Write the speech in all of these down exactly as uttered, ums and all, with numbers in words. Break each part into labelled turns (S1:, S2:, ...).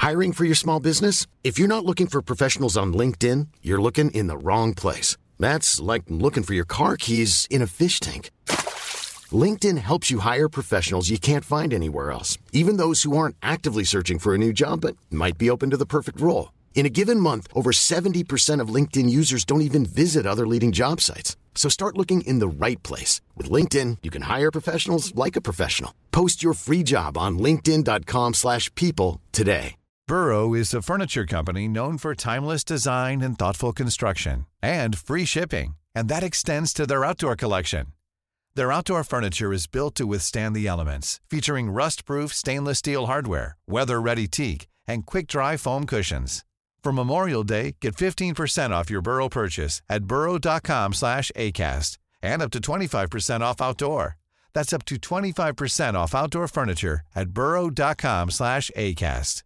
S1: Hiring for your small business? If you're not looking for professionals on LinkedIn, you're looking in the wrong place. That's like looking for your car keys in a fish tank. LinkedIn helps you hire professionals you can't find anywhere else, even those who aren't actively searching for a new job but might be open to the perfect role. In a given month, over seventy percent of LinkedIn users don't even visit other leading job sites. So start looking in the right place. With LinkedIn, you can hire professionals like a professional. Post your free job on linkedin.com slash people today.
S2: Burrow is a furniture company known for timeless design and thoughtful construction and free shipping. And that extends to their outdoor collection. Their outdoor furniture is built to withstand the elements, featuring rust-proof stainless steel hardware, weather-ready teak, and quick-dry foam cushions. For Memorial Day, get fifteen percent off your Burrow purchase at burrow.com slash ACAST and up to twenty-five percent off outdoor. That's up to twenty-five percent off outdoor furniture at burrow.com slash ACAST.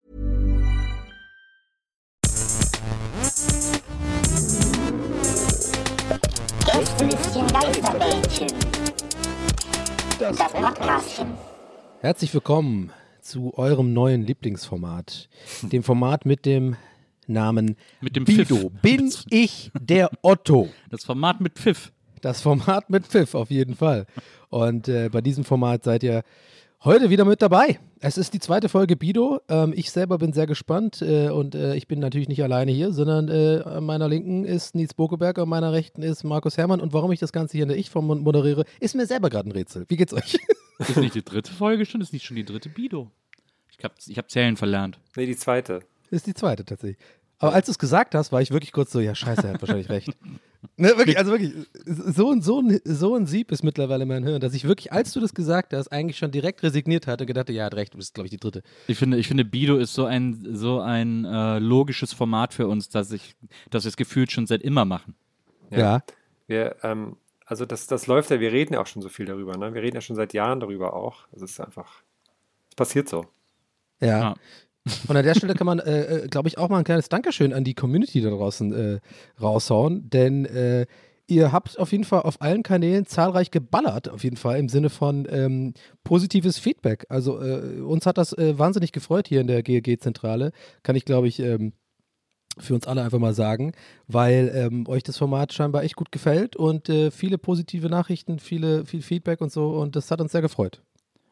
S3: Gästelistchen Geisterbällchen. Das Podcastchen.
S4: Herzlich willkommen zu eurem neuen Lieblingsformat, dem Format mit dem Namen
S5: mit dem
S4: Bido.
S5: Pfiff.
S4: Bin ich der Otto?
S5: Das Format mit Pfiff.
S4: Das Format mit Pfiff, auf jeden Fall. Und äh, bei diesem Format seid ihr heute wieder mit dabei. Es ist die zweite Folge Bido. Ähm, ich selber bin sehr gespannt äh, und äh, ich bin natürlich nicht alleine hier, sondern äh, an meiner Linken ist Nils Bokeberg, an meiner Rechten ist Markus Herrmann. Und warum ich das Ganze hier in der Ich-Form moderiere, ist mir selber gerade ein Rätsel. Wie geht's euch?
S5: Ist nicht die dritte Folge schon? Ist nicht schon die dritte Bido? Ich habe ich hab Zählen verlernt.
S6: Nee, die zweite.
S4: Ist die zweite tatsächlich. Aber als du es gesagt hast, war ich wirklich kurz so, ja scheiße, er hat wahrscheinlich recht. Ne, wirklich, also wirklich, so ein, so, ein, so ein Sieb ist mittlerweile mein Hirn, dass ich wirklich, als du das gesagt hast, eigentlich schon direkt resigniert hatte und gedacht, ja, er hat recht, du bist, glaube ich, die dritte.
S5: Ich finde, ich finde Bido ist so ein, so ein äh, logisches Format für uns, dass, ich, dass wir es gefühlt schon seit immer machen.
S4: Ja. ja.
S6: Wir, ähm, also das, das läuft ja, wir reden ja auch schon so viel darüber, ne? Wir reden ja schon seit Jahren darüber auch. Es ist einfach, es passiert so.
S4: Ja. ja. Und an der Stelle kann man, äh, glaube ich, auch mal ein kleines Dankeschön an die Community da draußen äh, raushauen, denn äh, ihr habt auf jeden Fall auf allen Kanälen zahlreich geballert, auf jeden Fall im Sinne von ähm, positives Feedback. Also äh, uns hat das äh, wahnsinnig gefreut hier in der G L G-Zentrale, kann ich, glaube ich, ähm, für uns alle einfach mal sagen, weil ähm, euch das Format scheinbar echt gut gefällt und äh, viele positive Nachrichten, viele, viel Feedback und so, und das hat uns sehr gefreut.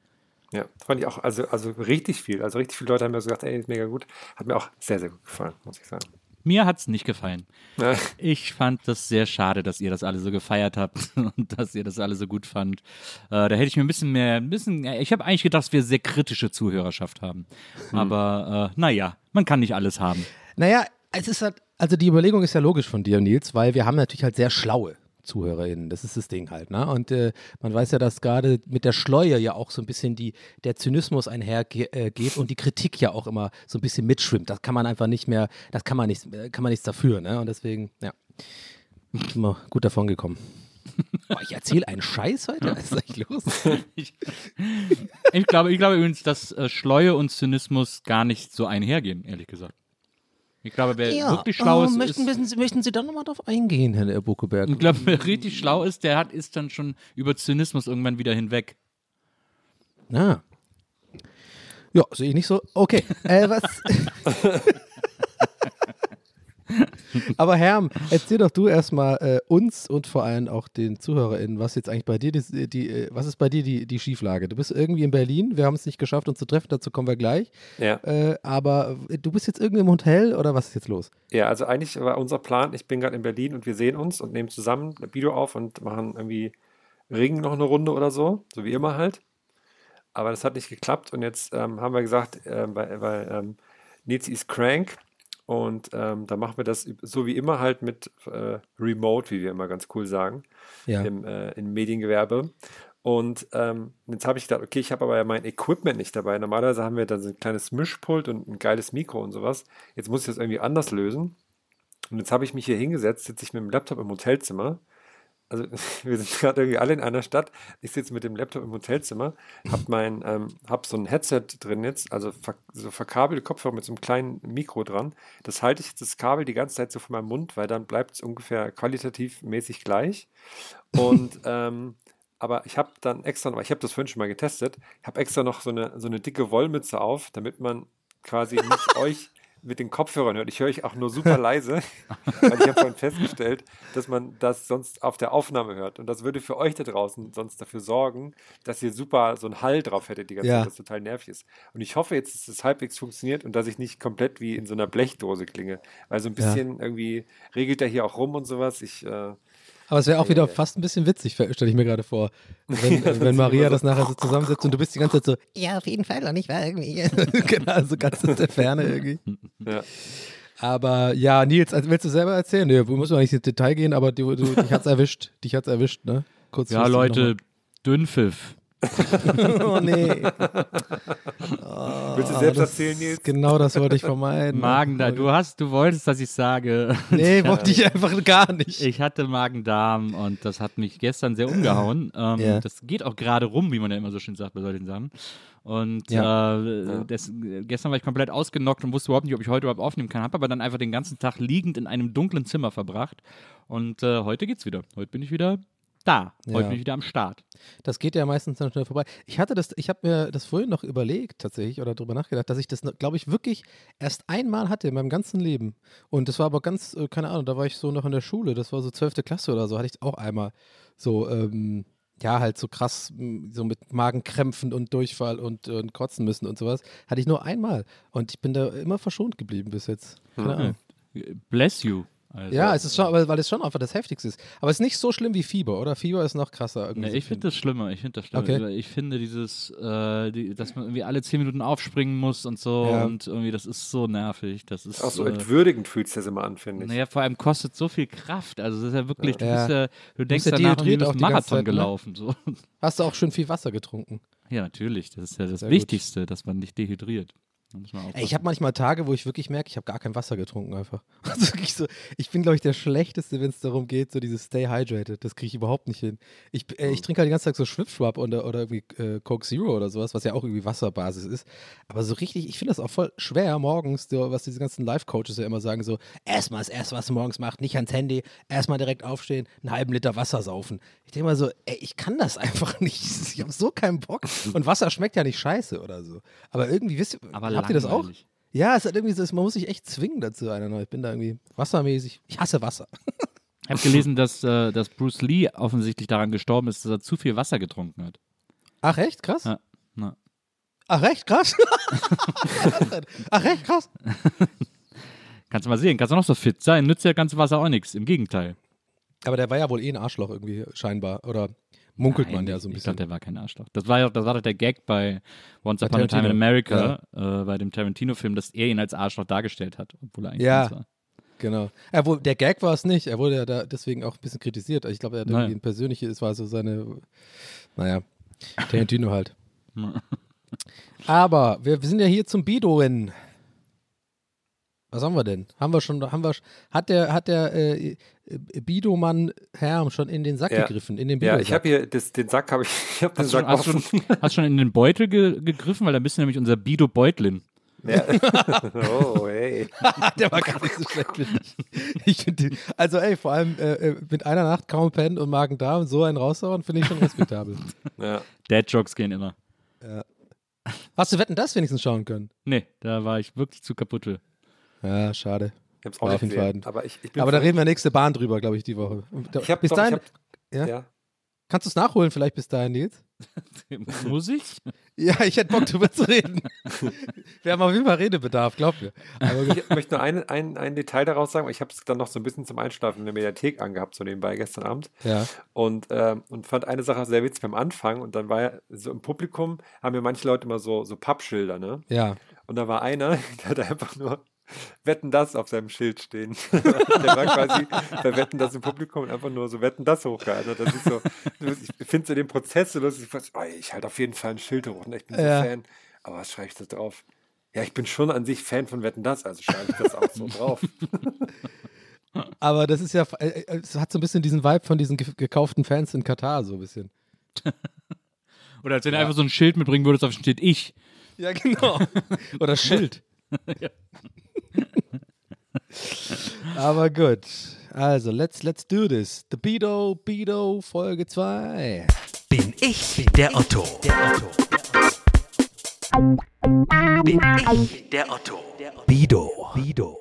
S6: Ja, fand ich auch, also, also richtig viel. Also richtig viele Leute haben mir so gesagt, ey, ist mega gut. Hat mir auch sehr, sehr gut gefallen, muss ich sagen.
S5: Mir hat es nicht gefallen. Ja. Ich fand das sehr schade, dass ihr das alle so gefeiert habt und dass ihr das alle so gut fand. Äh, da hätte ich mir ein bisschen mehr, ein bisschen, ich habe eigentlich gedacht, dass wir sehr kritische Zuhörerschaft haben. Hm. Aber äh, naja, man kann nicht alles haben.
S4: Naja, es ist halt, also die Überlegung ist ja logisch von dir, Nils, weil wir haben natürlich halt sehr schlaue ZuhörerInnen, das ist das Ding halt, ne? Und äh, man weiß ja, dass gerade mit der Schleue ja auch so ein bisschen die, der Zynismus einhergeht äh, und die Kritik ja auch immer so ein bisschen mitschwimmt. Das kann man einfach nicht mehr, das kann man nicht, kann man nichts dafür, ne? Und deswegen, ja, sind wir gut davon gekommen. Boah, ich erzähle einen Scheiß heute? Was ist eigentlich los?
S5: ich, ich, glaube, ich glaube übrigens, dass äh, Schleue und Zynismus gar nicht so einhergehen, ehrlich gesagt. Ich glaube, wer
S4: ja,
S5: wirklich schlau
S4: oh,
S5: ist,
S4: möchten,
S5: ist
S4: möchten, möchten Sie da nochmal drauf eingehen, Herr Bokeberg?
S5: Ich glaube, wer richtig schlau ist, der hat, ist dann schon über Zynismus irgendwann wieder hinweg.
S4: Ah. Ja, sehe ich nicht so. Okay, äh, was... Aber Herm, erzähl doch du erstmal äh, uns und vor allem auch den ZuhörerInnen, was jetzt eigentlich bei dir, die, die, was ist bei dir die, die Schieflage? Du bist irgendwie in Berlin, wir haben es nicht geschafft, uns zu treffen, dazu kommen wir gleich.
S6: Ja.
S4: Äh, aber du bist jetzt irgendwie im Hotel oder was ist jetzt los?
S6: Ja, also eigentlich war unser Plan, ich bin gerade in Berlin und wir sehen uns und nehmen zusammen ein Video auf und machen irgendwie Ring noch eine Runde oder so, so wie immer halt. Aber das hat nicht geklappt und jetzt ähm, haben wir gesagt, äh, weil, weil ähm, Nils ist crank. Und ähm, da machen wir das so wie immer halt mit äh, Remote, wie wir immer ganz cool sagen,
S4: ja.
S6: im, äh, im Mediengewerbe. Und ähm, jetzt habe ich gedacht, okay, ich habe aber ja mein Equipment nicht dabei. Normalerweise haben wir dann so ein kleines Mischpult und ein geiles Mikro und sowas. Jetzt muss ich das irgendwie anders lösen. Und jetzt habe ich mich hier hingesetzt, sitze ich mit dem Laptop im Hotelzimmer. Also wir sind gerade irgendwie alle in einer Stadt. Ich sitze mit dem Laptop im Hotelzimmer, habe mein, ähm, hab so ein Headset drin jetzt, also ver so verkabelte Kopfhörer mit so einem kleinen Mikro dran. Das halte ich jetzt das Kabel die ganze Zeit so vor meinem Mund, weil dann bleibt es ungefähr qualitativ mäßig gleich. Und ähm, aber ich habe dann extra, ich habe das vorhin schon mal getestet, ich habe extra noch so eine, so eine dicke Wollmütze auf, damit man quasi nicht euch mit den Kopfhörern hört. Ich höre euch auch nur super leise, weil ich habe vorhin festgestellt, dass man das sonst auf der Aufnahme hört. Und das würde für euch da draußen sonst dafür sorgen, dass ihr super so einen Hall drauf hättet die ganze
S4: Ja.
S6: Zeit, das total nervig ist. Und ich hoffe jetzt, dass es halbwegs funktioniert und dass ich nicht komplett wie in so einer Blechdose klinge. Weil so ein bisschen irgendwie regelt er hier auch rum und sowas. Ich, äh,
S4: Aber es wäre auch wieder
S6: Ja.
S4: fast ein bisschen witzig, stelle ich mir gerade vor. Wenn, äh, wenn Maria das nachher so zusammensetzt und du bist die ganze Zeit so, ja, auf jeden Fall, und ich war irgendwie, genau, so ganz aus der Ferne irgendwie.
S6: ja.
S4: Aber ja, Nils, also willst du selber erzählen? Nee, wir müssen nicht ins Detail gehen, aber du, du, dich hat's erwischt. Dich hat's erwischt, ne? Kurz
S5: Ja, Leute, Dünnpfiff.
S4: Oh nee.
S6: Willst du
S4: Oh,
S6: selbst
S4: das-
S6: erzählen, Nils?
S4: Genau das wollte ich vermeiden.
S5: Magen-Darm. Du hast, du wolltest, dass ich sage.
S4: Nee, wollte ich einfach gar nicht.
S5: Ich hatte Magen-Darm und das hat mich gestern sehr umgehauen. Ähm,
S4: Ja.
S5: Das geht auch gerade rum, wie man ja immer so schön sagt bei solchen Sachen. Und
S4: Ja.
S5: äh, das, gestern war ich komplett ausgenockt und wusste überhaupt nicht, ob ich heute überhaupt aufnehmen kann. Habe aber dann einfach den ganzen Tag liegend in einem dunklen Zimmer verbracht. Und äh, heute geht's wieder. Heute bin ich wieder da. Heute
S4: Ja.
S5: bin ich wieder am Start.
S4: Das geht ja meistens dann schnell vorbei. Ich hatte das, ich habe mir das vorhin noch überlegt tatsächlich oder drüber nachgedacht, dass ich das, glaube ich, wirklich erst einmal hatte in meinem ganzen Leben. Und das war aber ganz, äh, keine Ahnung, da war ich so noch in der Schule, das war so zwölfte Klasse oder so, hatte ich auch einmal so, ähm, ja, halt so krass, m, so mit Magenkrämpfen und Durchfall und, äh, und kotzen müssen und sowas. Hatte ich nur einmal. Und ich bin da immer verschont geblieben bis jetzt. Keine Ahnung.
S5: Bless you. Also,
S4: Ja, es ist schon, weil, weil es schon einfach das Heftigste ist. Aber es ist nicht so schlimm wie Fieber, oder? Fieber ist noch krasser irgendwie.
S5: Nee,
S4: so
S5: ich finde das schlimmer. Ich finde das schlimmer.
S4: Okay.
S5: Ich finde dieses, äh, die, dass man irgendwie alle zehn Minuten aufspringen muss und so
S4: Ja.
S5: und irgendwie, das ist so nervig. Das ist
S6: Auch so
S5: äh,
S6: entwürdigend fühlt sich das immer an, finde ich.
S5: Naja, vor allem kostet so viel Kraft. Also das ist ja wirklich, du,
S4: Ja.
S5: bist ja, du denkst
S4: ja
S5: danach, du
S4: dehydriert
S5: bist
S4: auch die ganze
S5: Marathon
S4: Zeit, ne?
S5: gelaufen. So.
S4: Hast du auch schön viel Wasser getrunken?
S5: Ja, natürlich. Das ist ja das
S4: Sehr gut.
S5: Wichtigste, dass man nicht dehydriert. Da muss man
S4: Ey, ich
S5: aufpassen.
S4: habe manchmal Tage, wo ich wirklich merke, ich habe gar kein Wasser getrunken einfach. Also wirklich so, ich bin, glaube ich, der Schlechteste, wenn es darum geht, so dieses Stay Hydrated. Das kriege ich überhaupt nicht hin. Ich, äh, ich trinke halt die ganze Zeit so Schwipschwap oder, oder irgendwie äh, Coke Zero oder sowas, was ja auch irgendwie Wasserbasis ist. Aber so richtig, ich finde das auch voll schwer morgens, so, was diese ganzen Life-Coaches ja immer sagen, so erstmal das Erste, was du morgens machst, nicht ans Handy, erstmal direkt aufstehen, einen halben Liter Wasser saufen. Ich denke mal so, ey, ich kann das einfach nicht. Ich habe so keinen Bock. Und Wasser schmeckt ja nicht scheiße oder so. Aber irgendwie, wisst ihr,
S5: Aber
S4: habt ihr das auch?
S5: langweilig.
S4: Ja, es hat irgendwie so, man muss sich echt zwingen dazu. Einer. Ich bin da irgendwie wassermäßig. Ich hasse Wasser.
S5: Ich habe gelesen, dass, äh, dass Bruce Lee offensichtlich daran gestorben ist, dass er zu viel Wasser getrunken hat.
S4: Ach, echt? Krass?
S5: Ja. Na.
S4: Ach, echt? Krass? Ach, echt? Krass?
S5: Kannst du mal sehen, kannst du noch so fit sein, nützt ja ganze Wasser auch nichts. Im Gegenteil.
S4: Aber der war ja wohl eh ein Arschloch irgendwie, scheinbar. Oder munkelt man
S5: Nein,
S4: ja so ein
S5: ich
S4: bisschen.
S5: glaube, der war kein Arschloch. Das war ja das war doch der Gag bei Once
S4: Bei
S5: Upon a Time in
S4: Tarantino.
S5: America, äh, bei dem Tarantino-Film, dass er ihn als Arschloch dargestellt hat, obwohl er eigentlich
S4: Ja.
S5: keins war.
S4: Genau. Ja, wo, der Gag war es nicht. Er wurde ja da deswegen auch ein bisschen kritisiert. Ich glaube, er hat
S5: Naja.
S4: irgendwie ein persönliches, es war so seine, naja, Tarantino halt. Aber wir, wir sind ja hier zum Bidoen. Was haben wir denn? Haben wir schon, haben wir, hat der, hat der äh, Bidomann Herm schon in den Sack
S6: Ja.
S4: gegriffen? In den
S6: Ja,
S4: Bidosack?
S6: ich habe hier, das, den Sack habe ich, ich habe den
S5: Hast du,
S6: Sack
S5: schon, hast, du
S6: offen.
S5: schon, hast du schon in den Beutel ge gegriffen? Weil dann bist du nämlich unser Bido Beutlin.
S6: Ja. Oh, hey.
S4: Der war gar nicht so schlecht, finde ich. ich find die, also ey, vor allem äh, äh, mit einer Nacht kaum pennen und Magen-Darm so einen raushauen, finde ich schon respektabel.
S6: Ja.
S5: Dad-Jokes gehen immer.
S4: Hast du Wetten, das wenigstens schauen können?
S5: Nee, da war ich wirklich zu kaputt für.
S4: Ja, schade.
S6: Ich hab's
S4: War
S6: auch
S4: auf
S6: nicht
S4: jeden Fall.
S6: gesehen. Aber ich, ich bin
S4: Aber da
S6: voll-
S4: reden wir nächste Bahn drüber, glaube ich, die Woche. Und da-
S6: ich hab
S4: bis
S6: doch,
S4: dahin,
S6: ich hab,
S4: ja?
S6: ja.
S4: Kannst du es nachholen vielleicht bis dahin, Nils?
S5: Muss ich?
S4: Ja, ich hätte Bock drüber zu reden. Wir haben auf jeden Fall Redebedarf, glaub mir. Aber gut.
S6: Ich möchte nur ein, ein, ein Detail daraus sagen. Ich habe es dann noch so ein bisschen zum Einschlafen in der Mediathek angehabt, so nebenbei gestern Abend.
S4: Ja.
S6: Und, ähm, und fand eine Sache sehr witzig beim Anfang. Und dann war ja so im Publikum, haben ja manche Leute immer so, so Pappschilder, ne?
S4: Ja.
S6: Und da war einer, der hatte einfach nur Wetten das auf seinem Schild stehen. Der war quasi bei Wetten das im Publikum und einfach nur so Wetten das hochgehalten. Das ist so, ich finde so den Prozess so lustig. Ich, oh, ich halte auf jeden Fall ein Schild hoch und ich bin so
S4: Ja.
S6: Fan. Aber was schreibe ich da drauf? Ja, ich bin schon an sich Fan von Wetten das, also schreibe ich das auch so drauf.
S4: Aber das ist ja, äh, äh, es hat so ein bisschen diesen Vibe von diesen ge gekauften Fans in Katar, so ein bisschen.
S5: Oder als wenn du einfach so ein Schild mitbringen würdest, auf dem steht ich.
S4: Ja, genau. Oder Schild. Aber gut. Also, let's, let's do this. The Bido, Bido, Folge zwei.
S7: Bin ich der Otto. Der Otto. Bin ich der Otto? Bido. Bido.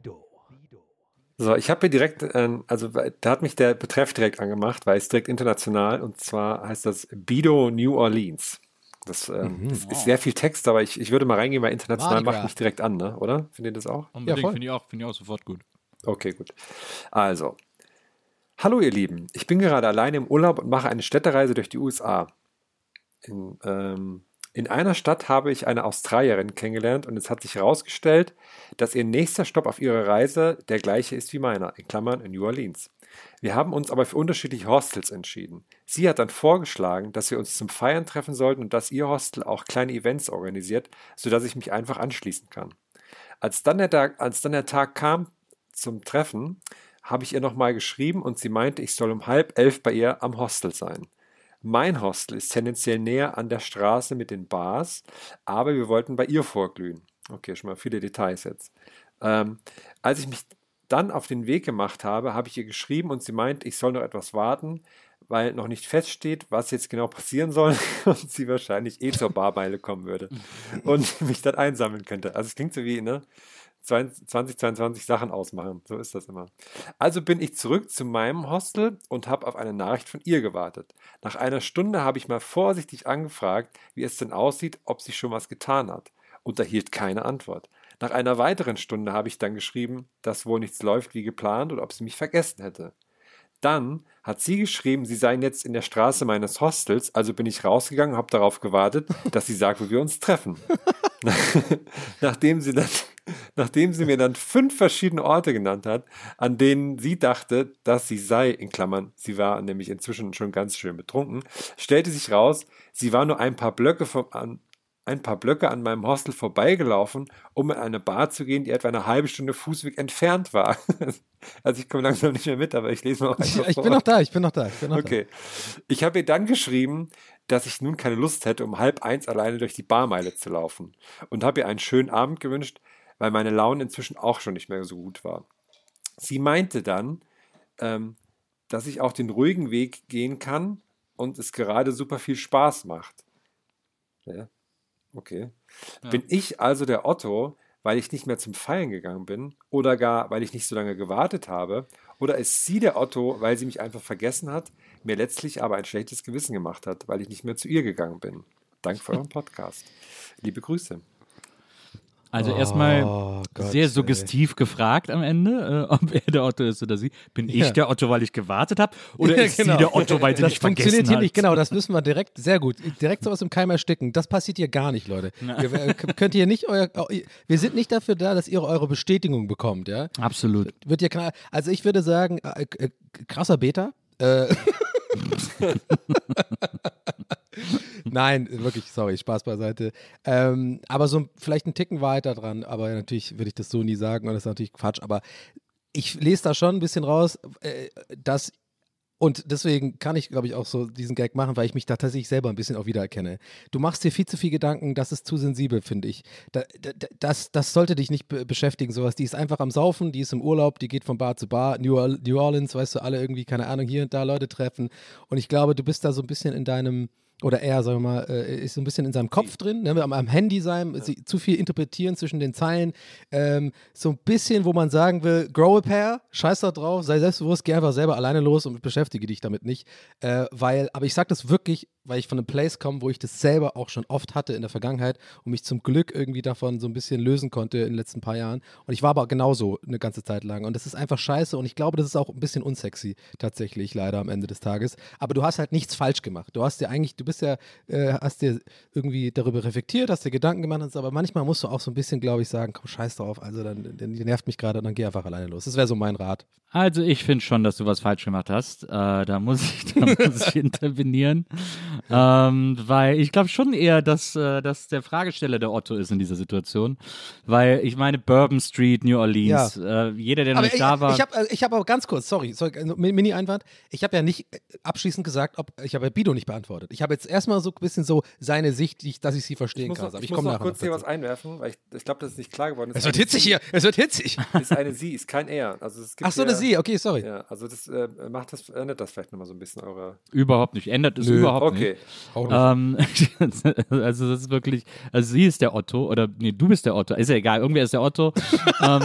S6: So, ich habe hier direkt, äh, also da hat mich der Betreff direkt angemacht, weil es direkt international und zwar heißt das Bido New Orleans. Das, ähm,
S4: Mhm.
S6: das ist sehr viel Text, aber ich, ich würde mal reingehen, weil international
S4: Mardi
S6: macht
S4: Gras.
S6: mich direkt an, ne? Oder? Findet ihr das auch?
S5: Unbedingt,
S4: voll.
S5: finde ich auch, finde ich auch sofort gut.
S6: Okay, gut. Also, hallo ihr Lieben, ich bin gerade alleine im Urlaub und mache eine Städtereise durch die U S A. In, ähm, in einer Stadt habe ich eine Australierin kennengelernt und es hat sich herausgestellt, dass ihr nächster Stopp auf ihrer Reise der gleiche ist wie meiner, in Klammern in New Orleans. Wir haben uns aber für unterschiedliche Hostels entschieden. Sie hat dann vorgeschlagen, dass wir uns zum Feiern treffen sollten und dass ihr Hostel auch kleine Events organisiert, sodass ich mich einfach anschließen kann. Als dann der Tag, als dann der Tag kam zum Treffen, habe ich ihr nochmal geschrieben und sie meinte, ich soll um halb elf bei ihr am Hostel sein. Mein Hostel ist tendenziell näher an der Straße mit den Bars, aber wir wollten bei ihr vorglühen. Okay, schon mal viele Details jetzt. Ähm, als ich mich dann auf den Weg gemacht habe, habe ich ihr geschrieben und sie meint, ich soll noch etwas warten, weil noch nicht feststeht, was jetzt genau passieren soll und sie wahrscheinlich eh zur Barmeile kommen würde und mich dann einsammeln könnte. Also es klingt so wie, ne? zwanzig zweiundzwanzig Sachen ausmachen. So ist das immer. Also bin ich zurück zu meinem Hostel und habe auf eine Nachricht von ihr gewartet. Nach einer Stunde habe ich mal vorsichtig angefragt, wie es denn aussieht, ob sie schon was getan hat. Und erhielt keine Antwort. Nach einer weiteren Stunde habe ich dann geschrieben, dass wohl nichts läuft wie geplant oder ob sie mich vergessen hätte. Dann hat sie geschrieben, sie seien jetzt in der Straße meines Hostels, also bin ich rausgegangen und habe darauf gewartet, dass sie sagt, wo wir uns treffen. Nachdem sie dann, nachdem sie mir dann fünf verschiedene Orte genannt hat, an denen sie dachte, dass sie sei, in Klammern, sie war nämlich inzwischen schon ganz schön betrunken, stellte sich raus, sie war nur ein paar Blöcke vom, an, ein paar Blöcke an meinem Hostel vorbeigelaufen, um in eine Bar zu gehen, die etwa eine halbe Stunde Fußweg entfernt war. Also ich komme langsam nicht mehr mit, aber ich lese mal einfach
S4: Ich
S6: vor.
S4: bin noch da, ich bin noch da. Ich bin noch
S6: Okay. Ich habe ihr dann geschrieben, dass ich nun keine Lust hätte, um halb eins alleine durch die Barmeile zu laufen und habe ihr einen schönen Abend gewünscht, weil meine Laune inzwischen auch schon nicht mehr so gut war. Sie meinte dann, ähm, dass ich auch den ruhigen Weg gehen kann und es gerade super viel Spaß macht. Ja, okay.
S5: Ja.
S6: Bin ich also der Otto, weil ich nicht mehr zum Feiern gegangen bin oder gar, weil ich nicht so lange gewartet habe? Oder ist sie der Otto, weil sie mich einfach vergessen hat, mir letztlich aber ein schlechtes Gewissen gemacht hat, weil ich nicht mehr zu ihr gegangen bin? Danke für euren Podcast. Liebe Grüße.
S5: Also
S4: Oh,
S5: erstmal
S4: Gott,
S5: sehr
S4: ey.
S5: suggestiv gefragt am Ende, äh, ob er der Otto ist oder sie. Bin ich
S4: Ja.
S5: der Otto, weil ich gewartet habe? Oder
S4: Ja,
S5: ist
S4: genau.
S5: sie der Otto, weil sie
S4: Das
S5: nicht
S4: funktioniert
S5: vergessen
S4: hier
S5: hat?
S4: nicht, genau, das wissen wir direkt, sehr gut. Direkt sowas im Keim ersticken, das passiert hier gar nicht, Leute. Ihr äh, könnt hier nicht euer, wir sind nicht dafür da, dass ihr eure Bestätigung bekommt, ja.
S5: Absolut.
S4: Wird ja klar, also ich würde sagen, äh, äh, krasser Beta. Äh, Nein, wirklich, sorry, Spaß beiseite. Ähm, aber so vielleicht einen Ticken weiter dran, aber natürlich würde ich das so nie sagen und das ist natürlich Quatsch, aber ich lese da schon ein bisschen raus, äh, dass und deswegen kann ich, glaube ich, auch so diesen Gag machen, weil ich mich da tatsächlich selber ein bisschen auch wiedererkenne. Du machst dir viel zu viel Gedanken, das ist zu sensibel, finde ich. Da, da, das, das sollte dich nicht be beschäftigen, sowas. Die ist einfach am Saufen, die ist im Urlaub, die geht von Bar zu Bar. New, Or New Orleans, weißt du, alle irgendwie, keine Ahnung, hier und da Leute treffen. Und ich glaube, du bist da so ein bisschen in deinem, oder er, sagen wir mal, äh, ist so ein bisschen in seinem Kopf drin, ne, am, am Handy sein, ja. sie, zu viel interpretieren zwischen den Zeilen. Ähm, so ein bisschen, wo man sagen will, grow a pair, scheiß da drauf, sei selbstbewusst, geh einfach selber alleine los und beschäftige dich damit nicht. Äh, weil, aber ich sage das wirklich, weil ich von einem Place komme, wo ich das selber auch schon oft hatte in der Vergangenheit und mich zum Glück irgendwie davon so ein bisschen lösen konnte in den letzten paar Jahren. Und ich war aber genauso eine ganze Zeit lang. Und das ist einfach scheiße und ich glaube, das ist auch ein bisschen unsexy tatsächlich, leider am Ende des Tages. Aber du hast halt nichts falsch gemacht. Du hast dir eigentlich, du bist ja, äh, hast dir irgendwie darüber reflektiert, hast dir Gedanken gemacht, und so, aber manchmal musst du auch so ein bisschen, glaube ich, sagen, komm, scheiß drauf, also dann, dann die nervt mich gerade und dann geh einfach alleine los. Das wäre so mein Rat.
S5: Also ich finde schon, dass du was falsch gemacht hast. Äh, da muss ich, da muss ich intervenieren. Ähm, weil ich glaube schon eher, dass, äh, dass der Fragesteller der Otto ist in dieser Situation. Weil ich meine, Bourbon Street, New Orleans,
S4: Ja.
S5: äh, jeder, der noch
S4: Aber
S5: nicht
S4: ich,
S5: da war.
S4: ich habe ich hab aber ganz kurz, sorry, sorry Mini-Einwand. Ich habe ja nicht abschließend gesagt, ob ich habe ja Bido nicht beantwortet. Ich habe jetzt erstmal so ein bisschen so seine Sicht, die ich, dass ich sie verstehen
S6: Ich muss
S4: kann.
S6: noch,
S4: Aber
S6: ich
S4: ich
S6: muss
S4: komme
S6: noch
S4: nachher
S6: kurz
S4: noch
S6: hier was
S4: dazu.
S6: einwerfen, weil ich, ich glaube, das ist nicht klar geworden.
S4: Es wird hitzig hier, es wird hitzig.
S6: Ist eine Sie, ist kein Er. Also es gibt
S4: Ach so,
S6: hier,
S4: eine Sie, okay, sorry.
S6: Ja, also das äh, macht das, ändert das vielleicht nochmal so ein bisschen eure.
S5: Überhaupt nicht. Ändert es
S4: Nö.
S5: überhaupt
S6: Okay, Okay.
S5: Ähm, also das ist wirklich, also sie ist der Otto, oder nee, du bist der Otto, ist ja egal, irgendwer ist der Otto. ähm,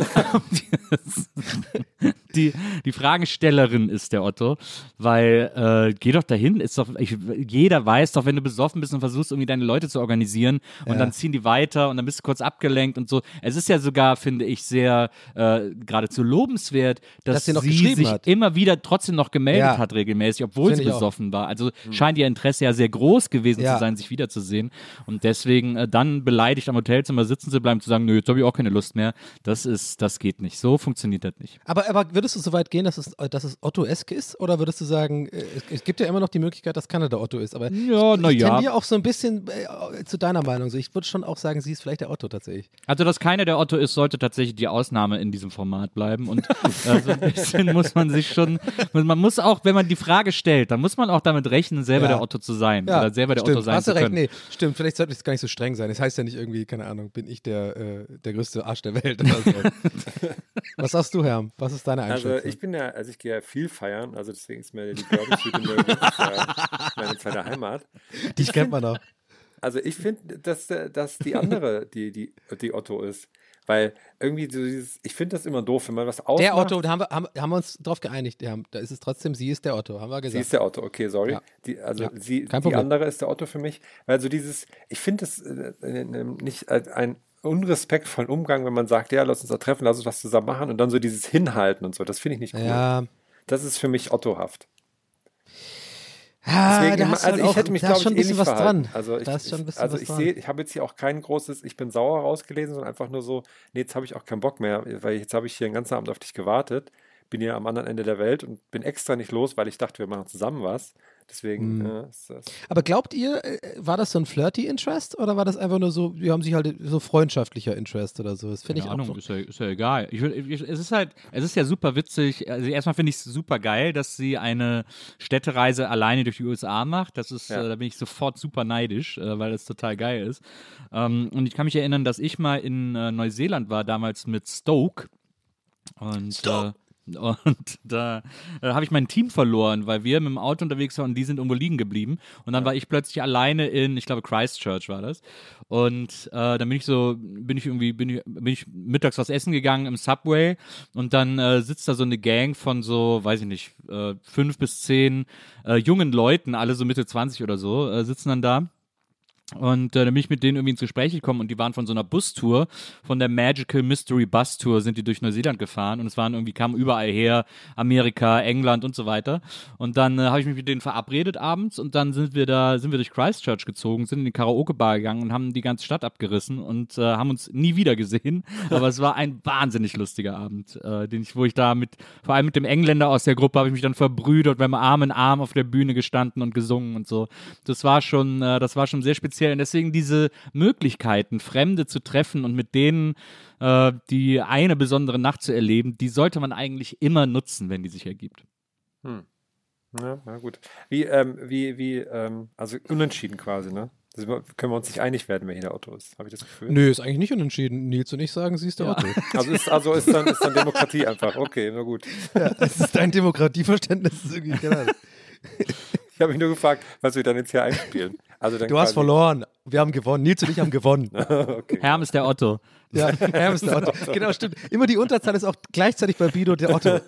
S5: die, die Fragestellerin ist der Otto, weil äh, geh doch dahin, ist doch, ich, jeder weiß doch, wenn du besoffen bist und versuchst irgendwie deine Leute zu organisieren und
S4: Ja.
S5: dann ziehen die weiter und dann bist du kurz abgelenkt und so. Es ist ja sogar, finde ich, sehr äh, geradezu lobenswert, dass,
S4: Dass sie noch
S5: sie
S4: geschrieben
S5: sich
S4: hat.
S5: immer wieder trotzdem noch gemeldet
S4: Ja.
S5: hat regelmäßig, obwohl
S4: Finde
S5: sie
S4: ich auch.
S5: besoffen war. Also scheint ihr Interesse ja sehr groß gewesen
S4: Ja.
S5: zu sein, sich wiederzusehen. Und deswegen äh, dann beleidigt am Hotelzimmer sitzen zu bleiben, zu sagen, nö, jetzt habe ich auch keine Lust mehr. Das ist, das geht nicht. So funktioniert das nicht.
S4: Aber, aber würdest du so weit gehen, dass es, dass es Otto-esk ist? Oder würdest du sagen, äh, es, es gibt ja immer noch die Möglichkeit, dass Kanada Otto ist. Aber
S5: Ja,
S4: ich,
S5: na
S4: ich
S5: ja.
S4: tendiere auch so ein bisschen äh, zu deiner Meinung. So, ich würde schon auch sagen, sie ist vielleicht der Otto tatsächlich.
S5: Also, dass keiner der Otto ist, sollte tatsächlich die Ausnahme in diesem Format bleiben. Und äh, so ein bisschen muss man sich schon, man muss auch, wenn man die Frage stellt, dann muss man auch damit rechnen, selber
S4: Ja.
S5: der Otto zu sein.
S4: Ja,
S5: oder selber der
S4: stimmt.
S5: Otto sein
S4: Hast
S5: zu
S4: du recht,
S5: können.
S4: nee, stimmt. Vielleicht sollte es gar nicht so streng sein. Das heißt ja nicht irgendwie, keine Ahnung, bin ich der, äh, der größte Arsch der Welt oder so. Was sagst du, Herr? Was ist deine Einschätzung?
S6: Also ich bin ja, also ich gehe ja viel feiern, also deswegen ist mir die Bourbon Street in Nürnberg ja meine zweite Heimat.
S4: Dich kennt man doch.
S6: Also ich finde, dass, äh, dass die andere die, die, die Otto ist. Weil irgendwie so dieses, ich finde das immer doof, wenn man was ausmacht.
S4: Der Otto, da haben wir, haben, haben wir uns drauf geeinigt. Ja, da ist es trotzdem, sie ist der Otto, haben wir
S6: Sie
S4: gesagt.
S6: ist der Otto, okay, sorry.
S4: Ja.
S6: Die, also
S4: Ja,
S6: sie,
S4: kein
S6: die
S4: Problem.
S6: andere ist der Otto für mich. Weil so dieses, ich finde es äh, äh, nicht als ein unrespektvollen Umgang, wenn man sagt, ja, lass uns da treffen, lass uns was zusammen machen und dann so dieses Hinhalten und so, das finde ich nicht cool.
S4: Ja,
S6: Das ist für mich Ottohaft.
S4: ah,
S6: Deswegen
S4: da
S6: immer-
S4: hast du
S6: also
S4: halt
S6: ich
S4: auch,
S6: hätte mich,
S4: da
S6: glaube
S4: ist
S6: ich,
S4: schon ein bisschen
S6: ähnlich
S4: was
S6: verhalten.
S4: dran.
S6: Also ich,
S4: da ist schon ein bisschen
S6: also
S4: was
S6: ich
S4: dran.
S6: sehe, ich habe jetzt hier auch kein großes, ich bin sauer rausgelesen, sondern einfach nur so, nee, jetzt habe ich auch keinen Bock mehr, weil jetzt habe ich hier den ganzen Abend auf dich gewartet, bin hier am anderen Ende der Welt und bin extra nicht los, weil ich dachte, wir machen zusammen was. Deswegen
S4: Mhm.
S6: äh, ist das.
S4: Aber glaubt ihr, äh, war das so ein flirty Interest oder war das einfach nur so, wir haben sich halt so freundschaftlicher Interest oder so? Das finde ich
S5: Keine
S4: auch
S5: Ahnung,
S4: so.
S5: ist ja, ist ja egal. Ich, würd- ich, es ist halt, es ist ja super witzig. Also erstmal finde ich es super geil, dass sie eine Städtereise alleine durch die U S A macht. Das ist,
S6: Ja.
S5: äh, da bin ich sofort super neidisch, äh, weil das total geil ist. Ähm, und ich kann mich erinnern, dass ich mal in äh, Neuseeland war, damals mit Stoke. Und Stoke. Äh, Und da äh, habe ich mein Team verloren, weil wir mit dem Auto unterwegs waren und die sind irgendwo liegen geblieben. Und dann war ich plötzlich alleine in, ich glaube, Christchurch war das. Und äh, dann bin ich so, bin ich irgendwie, bin ich, bin ich mittags was essen gegangen im Subway und dann äh, sitzt da so eine Gang von so, weiß ich nicht, äh, fünf bis zehn äh, jungen Leuten, alle so Mitte zwanzig oder so, äh, sitzen dann da. Und äh, dann bin ich mit denen irgendwie ins Gespräch gekommen und die waren von so einer Bustour, von der Magical Mystery Bus Tour sind die durch Neuseeland gefahren und es waren irgendwie, kamen überall her, Amerika, England und so weiter. Und dann äh, habe ich mich mit denen verabredet abends und dann sind wir da, sind wir durch Christchurch gezogen, sind in die Karaoke-Bar gegangen und haben die ganze Stadt abgerissen und äh, haben uns nie wieder gesehen. Aber es war ein wahnsinnig lustiger Abend, äh, den ich, wo ich da mit, vor allem mit dem Engländer aus der Gruppe habe ich mich dann verbrüdert, wir haben Arm in Arm auf der Bühne gestanden und gesungen und so. Das war schon, äh, das war schon sehr speziell. Und deswegen diese Möglichkeiten, Fremde zu treffen und mit denen äh, die eine besondere Nacht zu erleben, die sollte man eigentlich immer nutzen, wenn die sich ergibt.
S6: Hm. Ja, na gut. Wie, ähm, wie, wie, ähm, also unentschieden quasi, ne? Das können wir uns nicht einig werden, wer hier der Otto ist, habe ich das Gefühl.
S4: Nö, ist eigentlich nicht unentschieden. Nils und ich sagen, sie ist der
S5: Ja.
S4: Otto.
S6: Also ist, also ist dann, ist dann Demokratie einfach. Okay, na gut.
S4: Ja, es ist dein Demokratieverständnis. Das ist irgendwie, keine Ahnung.
S6: Ich habe mich nur gefragt, was wir dann jetzt hier einspielen. Also dann
S4: Du hast
S6: quasi-
S4: verloren. Wir haben gewonnen. Nils und ich haben gewonnen.
S6: Okay.
S5: Herm ist der Otto.
S4: Ja, er ist der Otto. Genau, stimmt. Immer die Unterzahl ist auch gleichzeitig bei Bido der Otto.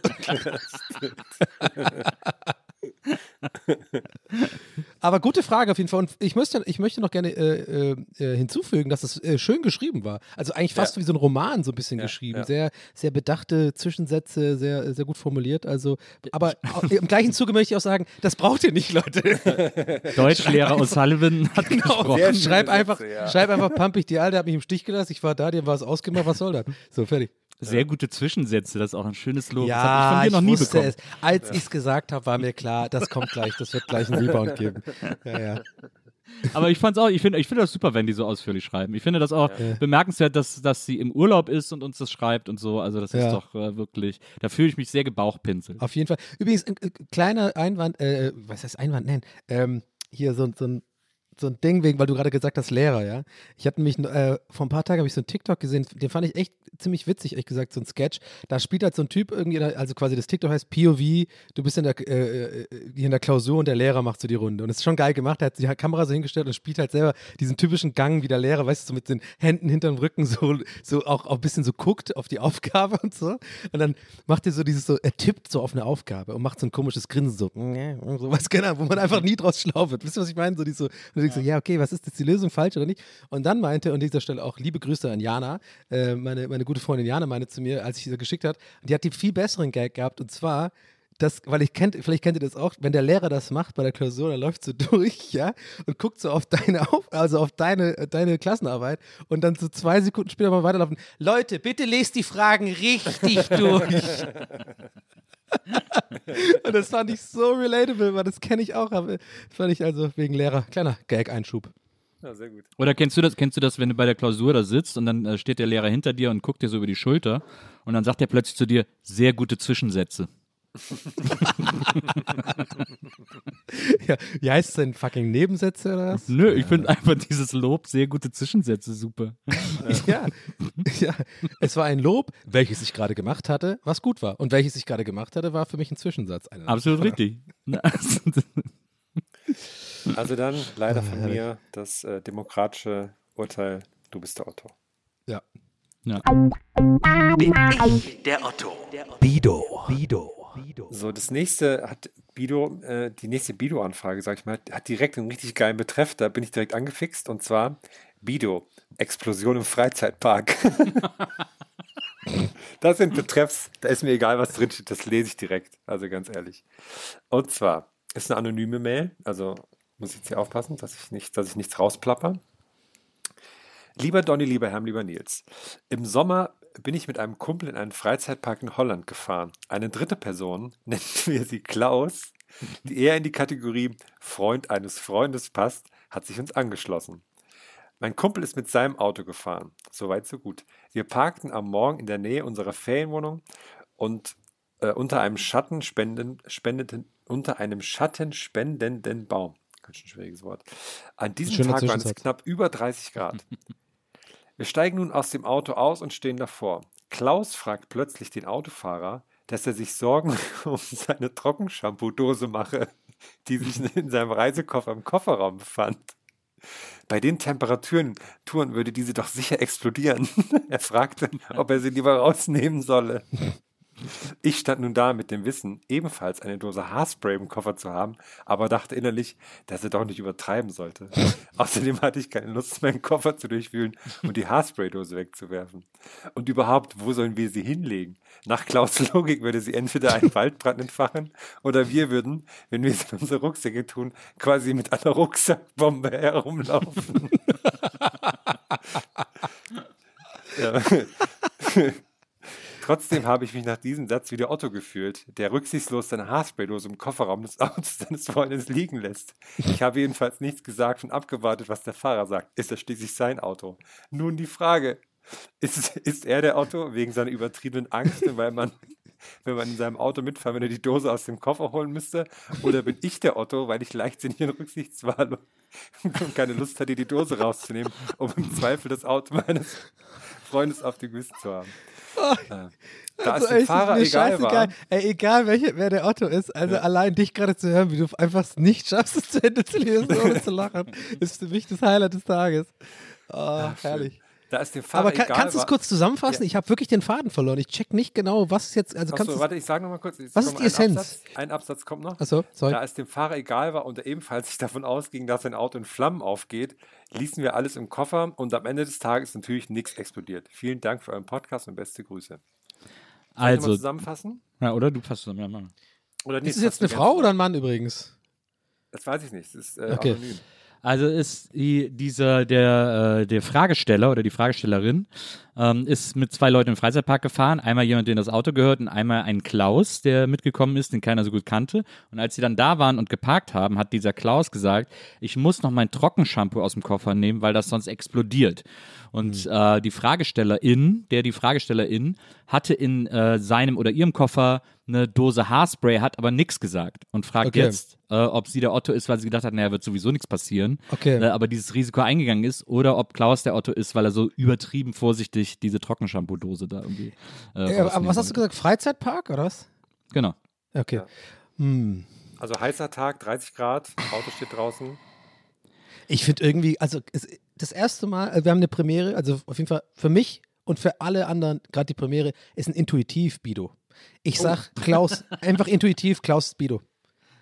S4: Aber gute Frage auf jeden Fall. Und ich möchte, ich möchte noch gerne äh, äh, hinzufügen, dass es äh, schön geschrieben war. Also eigentlich fast
S6: Ja.
S4: wie so ein Roman so ein bisschen
S6: Ja,
S4: geschrieben.
S6: ja.
S4: Sehr, sehr bedachte Zwischensätze, sehr, sehr gut formuliert. Also, aber auch, im gleichen Zuge möchte ich auch sagen, das braucht ihr nicht, Leute.
S5: Deutschlehrer O'Sullivan hat
S4: Genau.
S5: gesprochen.
S6: Sehr schöne
S4: Schreib
S6: Sätze,
S4: einfach,
S6: ja.
S4: schreib einfach, Pampig, die Alte hat mich im Stich gelassen. Ich war da, dir war es ausgemacht. Was soll das? So, fertig.
S5: Sehr gute Zwischensätze, das ist auch ein schönes Lob. das
S4: Ja,
S5: habe ich von dir noch nie
S4: wusste
S5: bekommen.
S4: es. Als ich es gesagt habe, war mir klar, das kommt gleich, das wird gleich einen Rebound geben. Ja, ja.
S5: Aber ich fand's auch, ich finde ich finde das super, wenn die so ausführlich schreiben. Ich finde das auch
S4: Ja.
S5: bemerkenswert, dass, dass sie im Urlaub ist und uns das schreibt und so. Also das ist
S4: Ja.
S5: doch äh, wirklich, da fühle ich mich sehr gebauchpinselt.
S4: Auf jeden Fall. Übrigens, ein äh, kleiner Einwand, äh, was heißt Einwand? Nein, ähm, hier so, so ein so ein Ding wegen, weil du gerade gesagt hast, Lehrer, ja. Ich hatte nämlich, äh, vor ein paar Tagen habe ich so einen TikTok gesehen, den fand ich echt ziemlich witzig, ehrlich gesagt, so ein Sketch. Da spielt halt so ein Typ irgendwie, also quasi das TikTok heißt P O V, du bist in der, äh, hier in der Klausur und der Lehrer macht so die Runde. Und es ist schon geil gemacht, er hat die Kamera so hingestellt und spielt halt selber diesen typischen Gang wie der Lehrer, weißt du, so mit den Händen hinterm Rücken so, so auch, auch ein bisschen so guckt auf die Aufgabe und so. Und dann macht er so dieses so, er tippt so auf eine Aufgabe und macht so ein komisches Grinsen so, so was genau, wo man einfach nie draus schlau wird. Wisst ihr, was ich meine? So, die so, und du denkst so, ja, okay, was ist jetzt die Lösung, falsch oder nicht? Und dann meinte, und an dieser Stelle auch liebe Grüße an Jana, äh, meine, meine gute Freundin Jana meinte zu mir, als ich sie geschickt hat, die hat die viel besseren Gag gehabt und zwar, das, weil ich kennt, vielleicht kennt ihr das auch, wenn der Lehrer das macht bei der Klausur, dann läuft so durch, ja, und guckt so auf deine auf, also auf deine, deine Klassenarbeit und dann so zwei Sekunden später mal weiterlaufen. Leute, bitte lest die Fragen richtig durch. Und das fand ich so relatable, weil das kenne ich auch, aber das fand ich also wegen Lehrer. Kleiner Gag-Einschub.
S6: Ja, sehr gut.
S5: Oder kennst du das, kennst du das, wenn du bei der Klausur da sitzt und dann äh, steht der Lehrer hinter dir und guckt dir so über die Schulter und dann sagt er plötzlich zu dir, sehr gute Zwischensätze.
S4: Ja, wie heißt es denn? Fucking Nebensätze oder was?
S5: Nö, ich finde einfach dieses Lob, sehr gute Zwischensätze super.
S4: Ja, ja, es war ein Lob, welches ich gerade gemacht hatte, was gut war. Und welches ich gerade gemacht hatte, war für mich ein Zwischensatz. Eine
S5: Absolut richtig.
S6: Also dann leider von mir das äh, demokratische Urteil, du bist der Otto.
S4: Ja.
S5: Ja.
S7: Bin ich der Otto. Bido. Bido.
S6: So, das nächste hat Bido, äh, die nächste Bido-Anfrage, sag ich mal, hat direkt einen richtig geilen Betreff, da bin ich direkt angefixt und zwar Bido, Explosion im Freizeitpark. Das sind Betreffs, da ist mir egal, was drin steht, das lese ich direkt, also ganz ehrlich. Und zwar ist eine anonyme Mail, also muss ich jetzt hier aufpassen, dass ich, nicht, dass ich nichts rausplapper. Lieber Donny, lieber Herm, lieber Nils, im Sommer bin ich mit einem Kumpel in einen Freizeitpark in Holland gefahren. Eine dritte Person, nennen wir sie Klaus, die eher in die Kategorie Freund eines Freundes passt, hat sich uns angeschlossen. Mein Kumpel ist mit seinem Auto gefahren. Soweit, so gut. Wir parkten am Morgen in der Nähe unserer Ferienwohnung und äh, unter einem Schatten spenden, spendeten, unter einem schattenspendenden Baum. Ganz schön schwieriges Wort. An diesem
S4: Schöner
S6: Tag waren es
S4: Zwischensatz.
S6: knapp über dreißig Grad. Wir steigen nun aus dem Auto aus und stehen davor. Klaus fragt plötzlich den Autofahrer, dass er sich Sorgen um seine Trockenshampoo-Dose mache, die sich in seinem Reisekoffer im Kofferraum befand. Bei den Temperaturen Touren würde diese doch sicher explodieren. Er fragte, ob er sie lieber rausnehmen solle. Ich stand nun da mit dem Wissen, ebenfalls eine Dose Haarspray im Koffer zu haben, aber dachte innerlich, dass er doch nicht übertreiben sollte. Außerdem hatte ich keine Lust, meinen Koffer zu durchwühlen und die Haarspraydose wegzuwerfen. Und überhaupt, wo sollen wir sie hinlegen? Nach Klaus' Logik würde sie entweder einen Waldbrand entfachen oder wir würden, wenn wir es in unsere Rucksäcke tun, quasi mit einer Rucksackbombe herumlaufen. Ja. Trotzdem habe ich mich nach diesem Satz wie der Otto gefühlt, der rücksichtslos seine Haarspraydose im Kofferraum des Autos seines Freundes liegen lässt. Ich habe jedenfalls nichts gesagt und abgewartet, was der Fahrer sagt. Ist das schließlich sein Auto? Nun die Frage, ist, ist er der Otto wegen seiner übertriebenen Angst, weil man, wenn man in seinem Auto mitfahren, wenn er die Dose aus dem Koffer holen müsste? Oder bin ich der Otto, weil ich leichtsinnig und rücksichtswahllos und keine Lust hatte, die Dose rauszunehmen, um im Zweifel das Auto meines Freundes auf dem Gewissen zu haben? Oh, äh, da
S4: also
S6: es dem Fahrer egal war.
S4: Ey, egal welche, wer der Otto ist, also ja. Allein dich gerade zu hören, wie du einfach es nicht schaffst, es zu Ende zu lesen, ohne zu lachen, ist für mich das Highlight des Tages. Oh, ja, herrlich.
S6: Da es dem Fahrer
S4: Aber kann,
S6: egal
S4: kannst du es kurz zusammenfassen? Ja. Ich habe wirklich den Faden verloren. Ich check nicht genau, was jetzt. Also kannst
S6: Achso, warte, ich sage nochmal kurz.
S4: Was ist die Essenz?
S6: Absatz, ein Absatz kommt noch.
S4: Achso, sorry.
S6: Da es dem Fahrer egal war und er ebenfalls sich davon ausging, dass sein Auto in Flammen aufgeht, ließen wir alles im Koffer und am Ende des Tages natürlich nichts explodiert. Vielen Dank für euren Podcast und beste Grüße. Soll
S5: also,
S6: ich mal zusammenfassen?
S5: Ja, oder du fasst zusammen. Ja, Mann.
S6: Oder
S4: ist es jetzt eine Frau oder ein Mann übrigens?
S6: Das weiß ich nicht. Das ist äh,
S4: okay.
S6: anonym.
S5: Also ist die, dieser, der, äh, der Fragesteller oder die Fragestellerin ähm, ist mit zwei Leuten im Freizeitpark gefahren. Einmal jemand, dem das Auto gehört und einmal ein Klaus, der mitgekommen ist, den keiner so gut kannte. Und als sie dann da waren und geparkt haben, hat dieser Klaus gesagt, ich muss noch mein Trockenshampoo aus dem Koffer nehmen, weil das sonst explodiert. Und mhm. äh, die Fragestellerin, der die Fragestellerin hatte in äh, seinem oder ihrem Koffer eine Dose Haarspray, hat aber nichts gesagt und fragt
S4: okay.
S5: jetzt, äh, ob sie der Otto ist, weil sie gedacht hat, naja, wird sowieso nichts passieren,
S4: okay.
S5: äh, aber dieses Risiko eingegangen ist, oder ob Klaus der Otto ist, weil er so übertrieben vorsichtig diese Trockenshampoo-Dose da irgendwie äh,
S4: ja, aber was hast du gesagt, Freizeitpark oder was?
S5: Genau.
S4: Okay.
S6: Ja.
S4: Hm.
S6: Also heißer Tag, dreißig Grad, Auto steht draußen.
S4: Ich finde irgendwie, also es, das erste Mal, wir haben eine Premiere, also auf jeden Fall für mich und für alle anderen, gerade die Premiere, ist ein Intuitiv-Bido. Ich sag oh. Klaus, einfach intuitiv, Klaus ist Bido.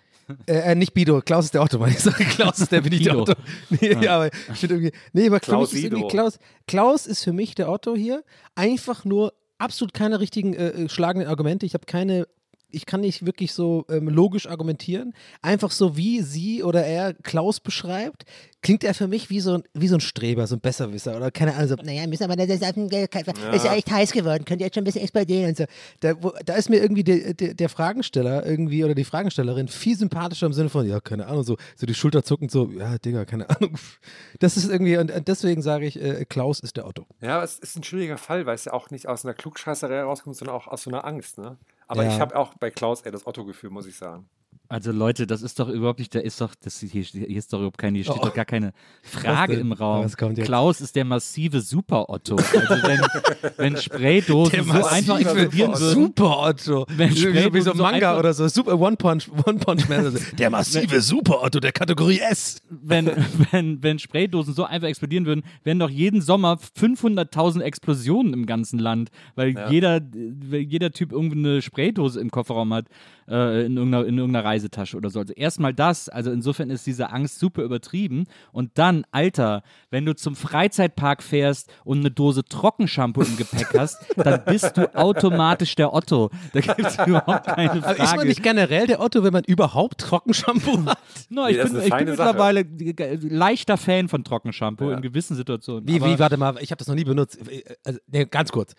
S4: Äh, nicht Bido, Klaus ist der Otto, Mann. Ich sage, Klaus ist der, bin ich der Otto. Nee, ja. aber ich finde irgendwie, nee, aber für mich ist irgendwie Klaus, Klaus ist für mich der Otto hier. Einfach nur absolut keine richtigen äh, schlagenden Argumente. Ich habe keine, ich kann nicht wirklich so ähm, logisch argumentieren. Einfach so, wie sie oder er Klaus beschreibt, klingt er für mich wie so, wie so ein Streber, so ein Besserwisser oder keine Ahnung. So, naja, müssen aber das ist, ja. ist ja echt heiß geworden, könnte jetzt schon ein bisschen explodieren und so. Da, wo, da ist mir irgendwie der, der, der Fragensteller irgendwie oder die Fragestellerin viel sympathischer im Sinne von, ja, keine Ahnung, so, so die Schulter zuckend, so, ja, Digga, keine Ahnung. Das ist irgendwie, und deswegen sage ich, äh, Klaus ist der Otto.
S6: Ja, es ist ein schwieriger Fall, weil es ja auch nicht aus einer Klugscheißerei rauskommt, sondern auch aus so einer Angst, ne? Aber
S4: ja.
S6: ich habe auch bei Klaus eher das Otto-Gefühl, muss ich sagen.
S5: Also Leute, das ist doch überhaupt nicht, da ist doch, das hier, hier ist doch überhaupt keine, hier steht
S4: oh.
S5: doch gar keine Frage im Raum.
S4: Oh,
S5: Klaus ist der massive Super-Otto. Also wenn, wenn Spraydosen so einfach explodieren würden.
S4: Super-Otto.
S5: Wenn
S4: wie so ein Manga
S5: so
S4: oder so. Super One-Punch, One-Punch-Man. Der massive Super-Otto der Kategorie S.
S5: Wenn, wenn, wenn Spraydosen so einfach explodieren würden, wären doch jeden Sommer fünfhunderttausend Explosionen im ganzen Land, weil ja. jeder, jeder Typ irgendwie eine Spraydose im Kofferraum hat, äh, in irgendeiner, in irgendeiner Reisetasche oder so. Also erstmal das, also insofern ist diese Angst super übertrieben. Und dann, Alter, wenn du zum Freizeitpark fährst und eine Dose Trockenshampoo im Gepäck hast, dann bist du automatisch der Otto. Da gibt es überhaupt keine Frage.
S4: Aber ist man nicht generell der Otto, wenn man überhaupt Trockenshampoo hat?
S5: No, ich, nee, bin, ich bin mittlerweile leichter Fan von Trockenshampoo ja. in gewissen Situationen.
S4: Wie, wie, warte mal, ich habe das noch nie benutzt. Also, nee, ganz kurz.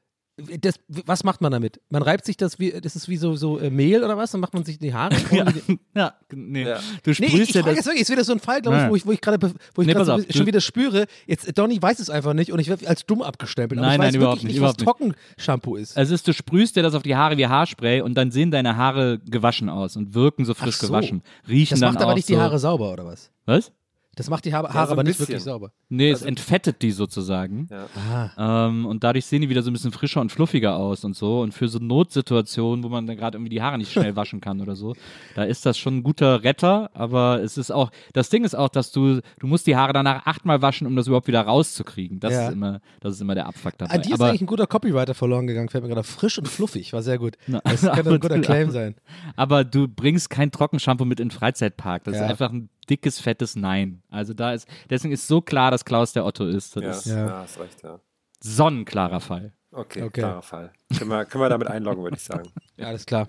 S4: Das, was macht man damit? Man reibt sich das wie, das ist wie so, so äh, Mehl oder was? Dann macht man sich die Haare?
S5: ja, ja, nee. Ja. Du sprühst
S4: nee, ich, ich
S5: ja
S4: frage
S5: das.
S4: jetzt wirklich, ist wieder so ein Fall, glaube ich, wo ich, wo ich gerade wo ich nee, so, schon wieder spüre, jetzt Donny weiß es einfach nicht und ich werde als dumm abgestempelt.
S5: Nein,
S4: aber ich
S5: nein,
S4: weiß
S5: überhaupt
S4: wirklich
S5: nicht,
S4: nicht, was
S5: überhaupt
S4: Trockenshampoo ist.
S5: Es ist, du sprühst dir das auf die Haare wie Haarspray und dann sehen deine Haare gewaschen aus und wirken so frisch so. gewaschen. Riechen
S4: das
S5: dann
S4: macht aber
S5: auch
S4: nicht
S5: so.
S4: die Haare sauber, oder was?
S5: Was?
S4: Das macht die Haare,
S6: ja,
S4: Haare
S6: so
S4: aber nicht
S6: bisschen.
S4: wirklich sauber.
S5: Nee,
S6: also,
S5: es entfettet die sozusagen.
S6: Ja.
S5: Ah. Ähm, und dadurch sehen die wieder so ein bisschen frischer und fluffiger aus und so. Und für so Notsituationen, wo man dann gerade irgendwie die Haare nicht schnell waschen kann oder so, da ist das schon ein guter Retter. Aber es ist auch, das Ding ist auch, dass du, du musst die Haare danach achtmal waschen, um das überhaupt wieder rauszukriegen. Das
S4: ja.
S5: ist immer, das ist immer der Abfuck dabei.
S4: An dir ist
S5: aber,
S4: eigentlich ein guter Copywriter verloren gegangen, fällt mir gerade frisch und fluffig, war sehr gut.
S5: Na,
S4: das könnte ein guter Claim sein.
S5: Aber du bringst kein Trockenshampoo mit in den Freizeitpark. Das
S4: ja.
S5: ist einfach ein dickes, fettes Nein. Also da ist, deswegen ist so klar, dass Klaus der Otto ist. Das
S6: ja,
S5: ist
S6: ja, hast recht, ja.
S5: Sonnenklarer Fall.
S6: Okay,
S4: okay.
S6: klarer Fall. Können wir, können wir damit einloggen, würde ich sagen.
S4: Ja, alles klar.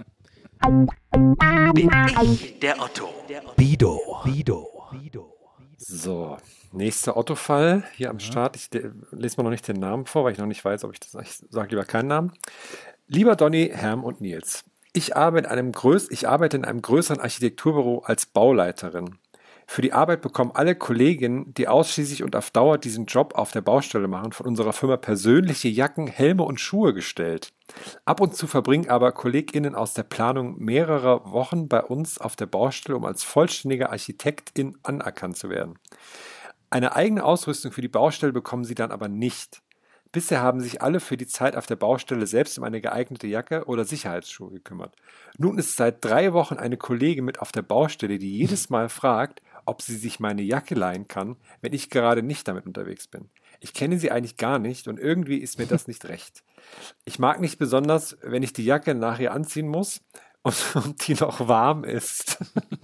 S7: Bin ich der Otto.
S2: Bido. Bido. Bido.
S6: So, nächster Otto-Fall hier am Start. Ich lese mal noch nicht den Namen vor, weil ich noch nicht weiß, ob ich das, ich sage lieber keinen Namen. Lieber Donny, Herm und Nils. Ich arbeite in einem, größ- ich arbeite in einem größeren Architekturbüro als Bauleiterin. Für die Arbeit bekommen alle Kolleginnen, die ausschließlich und auf Dauer diesen Job auf der Baustelle machen, von unserer Firma persönliche Jacken, Helme und Schuhe gestellt. Ab und zu verbringen aber KollegInnen aus der Planung mehrere Wochen bei uns auf der Baustelle, um als vollständige Architektin anerkannt zu werden. Eine eigene Ausrüstung für die Baustelle bekommen sie dann aber nicht. Bisher haben sich alle für die Zeit auf der Baustelle selbst um eine geeignete Jacke oder Sicherheitsschuhe gekümmert. Nun ist seit drei Wochen eine Kollegin mit auf der Baustelle, die jedes Mal fragt, ob sie sich meine Jacke leihen kann, wenn ich gerade nicht damit unterwegs bin. Ich kenne sie eigentlich gar nicht und irgendwie ist mir das nicht recht. Ich mag nicht besonders, wenn ich die Jacke nachher anziehen muss und, und die noch warm ist.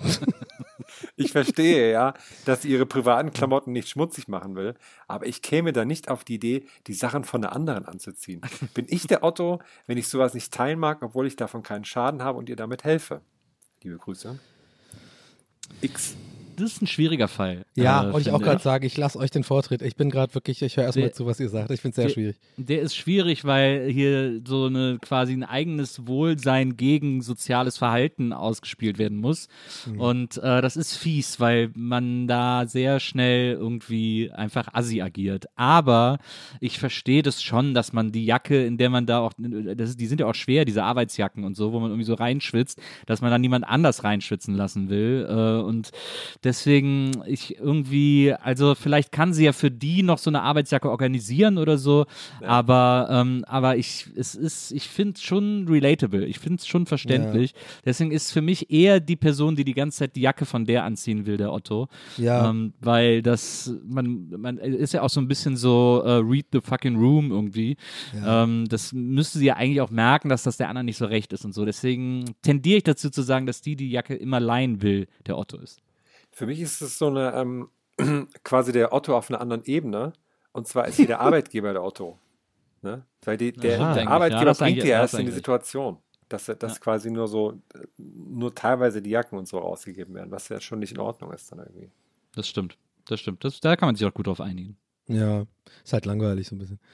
S6: Ich verstehe ja, dass sie ihre privaten Klamotten nicht schmutzig machen will, aber ich käme da nicht auf die Idee, die Sachen von der anderen anzuziehen. Bin ich der Otto, wenn ich sowas nicht teilen mag, obwohl ich davon keinen Schaden habe und ihr damit helfe? Liebe Grüße. X.
S5: das ist ein schwieriger Fall.
S4: Ja,
S5: äh,
S4: und ich auch
S5: finde
S4: gerade sagen, ich lasse euch den Vortritt. Ich bin gerade wirklich, ich höre erstmal
S5: Der-
S4: zu, was ihr sagt. Ich finde es sehr
S5: der,
S4: schwierig.
S5: Der ist schwierig, weil hier so eine quasi ein eigenes Wohlsein gegen soziales Verhalten ausgespielt werden muss.
S4: Mhm.
S5: Und äh, das ist fies, weil man da sehr schnell irgendwie einfach assi agiert. Aber ich verstehe das schon, dass man die Jacke, in der man da auch, das ist, die sind ja auch schwer, diese Arbeitsjacken und so, wo man irgendwie so reinschwitzt, dass man da niemand anders reinschwitzen lassen will. Äh, und deswegen, ich irgendwie, also vielleicht kann sie ja für die noch so eine Arbeitsjacke organisieren oder so, ja. aber, ähm, aber ich, es ist, ich finde es schon relatable, ich finde es schon verständlich. Ja. Deswegen ist für mich eher die Person, die die ganze Zeit die Jacke von der anziehen will, der Otto.
S4: Ja.
S5: Ähm, weil das, man, man ist ja auch so ein bisschen so uh, read the fucking room irgendwie. Ja. Ähm, das müsste sie ja eigentlich auch merken, dass das der anderen nicht so recht ist und so. Deswegen tendiere ich dazu zu sagen, dass die die Jacke immer leihen will, der Otto ist.
S6: Für mich ist es so eine, ähm, quasi der Otto auf einer anderen Ebene. Und zwar ist hier der Arbeitgeber der Otto. Ne? Weil die, der,
S5: ja,
S6: der Arbeitgeber
S5: ja,
S6: bringt die ja erst in die
S5: eigentlich.
S6: Situation, dass, dass ja. quasi nur so, nur teilweise die Jacken und so ausgegeben werden, was ja schon nicht in Ordnung ist dann irgendwie.
S5: Das stimmt, das stimmt. Das, da kann man sich auch gut drauf einigen.
S4: Ja, ist halt langweilig so ein bisschen.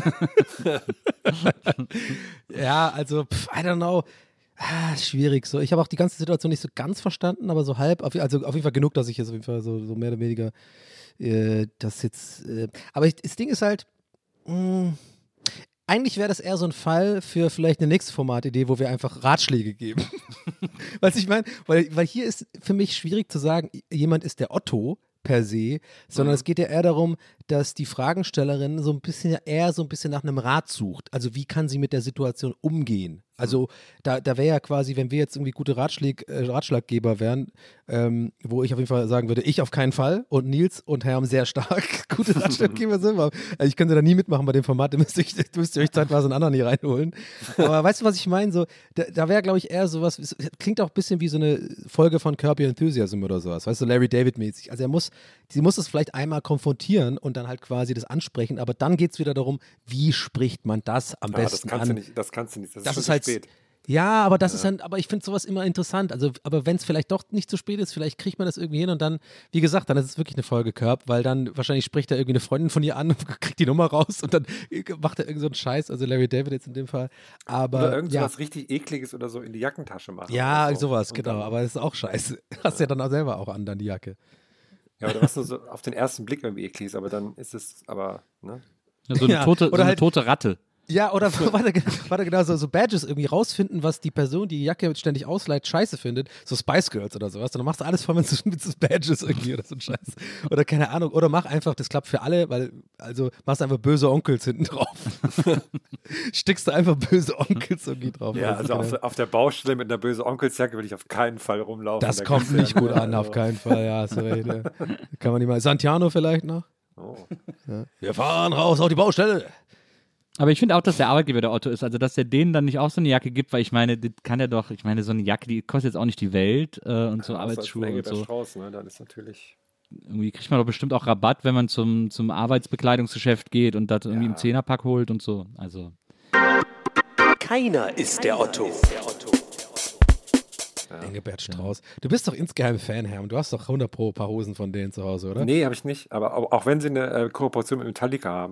S4: Ja, also, pff, I don't know. Ah, schwierig so. Ich habe auch die ganze Situation nicht so ganz verstanden, aber so halb, auf, also auf jeden Fall genug, dass ich jetzt auf jeden Fall so, so mehr oder weniger äh, das jetzt, äh, aber ich, das Ding ist halt, mh, eigentlich wäre das eher so ein Fall für vielleicht eine nächste Formatidee, wo wir einfach Ratschläge geben. Weißt du, ich meine, weil, weil hier ist für mich schwierig zu sagen, jemand ist der Otto per se, sondern mhm. es geht ja eher darum, dass die Fragestellerin so ein bisschen eher so ein bisschen nach einem Rat sucht. Also wie kann sie mit der Situation umgehen? Also da, da wäre ja quasi, wenn wir jetzt irgendwie gute Ratschläg, äh, Ratschlaggeber wären, ähm, wo ich auf jeden Fall sagen würde, ich auf keinen Fall und Nils und Herm sehr stark gute Ratschlaggeber sind. Also ich könnte da nie mitmachen bei dem Format, da müsst ihr, müsst ihr euch zeitweise einen anderen hier reinholen. Aber weißt du, was ich meine? So, da, da wäre, glaube ich, eher sowas, es klingt auch ein bisschen wie so eine Folge von Curb Your Enthusiasm oder sowas, weißt du, Larry David-mäßig. Also er muss, sie muss es vielleicht einmal konfrontieren und dann halt quasi das ansprechen, aber dann geht es wieder darum, wie spricht man das am
S6: ah,
S4: besten
S6: das kannst
S4: an.
S6: Du nicht, das kannst du nicht, das,
S4: das
S6: ist,
S4: ist halt
S6: spät.
S4: Ja, aber das
S6: ja.
S4: ist dann, aber ich finde sowas immer interessant. Also, aber wenn es vielleicht doch nicht zu spät ist, vielleicht kriegt man das irgendwie hin und dann, wie gesagt, dann ist es wirklich eine Folge Curb, weil dann wahrscheinlich spricht er irgendwie eine Freundin von ihr an und kriegt die Nummer raus und dann macht er irgend so einen Scheiß, also Larry David jetzt in dem Fall. Aber,
S6: oder irgend
S4: ja.
S6: sowas richtig Ekliges oder so in die Jackentasche machen.
S4: Ja,
S6: so.
S4: sowas,
S6: und
S4: genau,
S6: dann,
S4: aber das ist auch scheiße. Hast ja dann auch selber auch an, dann die Jacke.
S6: Ja, oder was nur so auf den ersten Blick irgendwie eklig ist, aber dann ist es, aber, ne?
S5: Ja, so eine,
S4: Ja,
S5: tote,
S4: oder
S5: so eine
S4: halt-
S5: tote Ratte.
S4: Ja, oder warte, warte genau, so, so Badges irgendwie rausfinden, was die Person, die die Jacke ständig ausleiht, scheiße findet. So Spice Girls oder sowas. Dann machst du alles voll mit so, mit so Badges irgendwie oder so ein Scheiß. Oder keine Ahnung. Oder mach einfach, das klappt für alle, weil, also machst einfach böse Onkels hinten drauf. Stickst du einfach böse Onkels irgendwie drauf.
S6: Ja,
S4: also
S6: also auf, auf der Baustelle mit einer bösen Onkelsjacke würde ich auf keinen Fall rumlaufen.
S4: das
S6: Da
S4: kommt
S6: gibt's
S4: nicht
S6: ja-
S4: gut an, auf keinen Fall. Ja, hast du recht. Ja. Kann man nicht mal. Santiano vielleicht noch?
S6: Oh.
S4: Ja. Wir fahren raus auf die Baustelle.
S5: Aber ich finde auch, dass der Arbeitgeber der Otto ist, also dass er denen dann nicht auch so eine Jacke gibt, weil ich meine, das kann er doch, ich meine, so eine Jacke, die kostet jetzt auch nicht die Welt äh, und so
S6: Ja,
S5: Arbeitsschuhe und so.
S6: Strauß, ne? Dann ist natürlich.
S5: Irgendwie kriegt man doch bestimmt auch Rabatt, wenn man zum, zum Arbeitsbekleidungsgeschäft geht und das irgendwie
S6: Ja.
S5: im Zehnerpack holt und so. Also.
S7: Keiner ist der Otto.
S4: Engelbert Strauß. Du bist doch insgeheim Fan, Herm. Du hast doch hundert Pro paar Hosen von denen zu Hause, oder?
S6: Nee, habe ich nicht. Aber auch, auch wenn sie eine äh, Kooperation mit Metallica haben.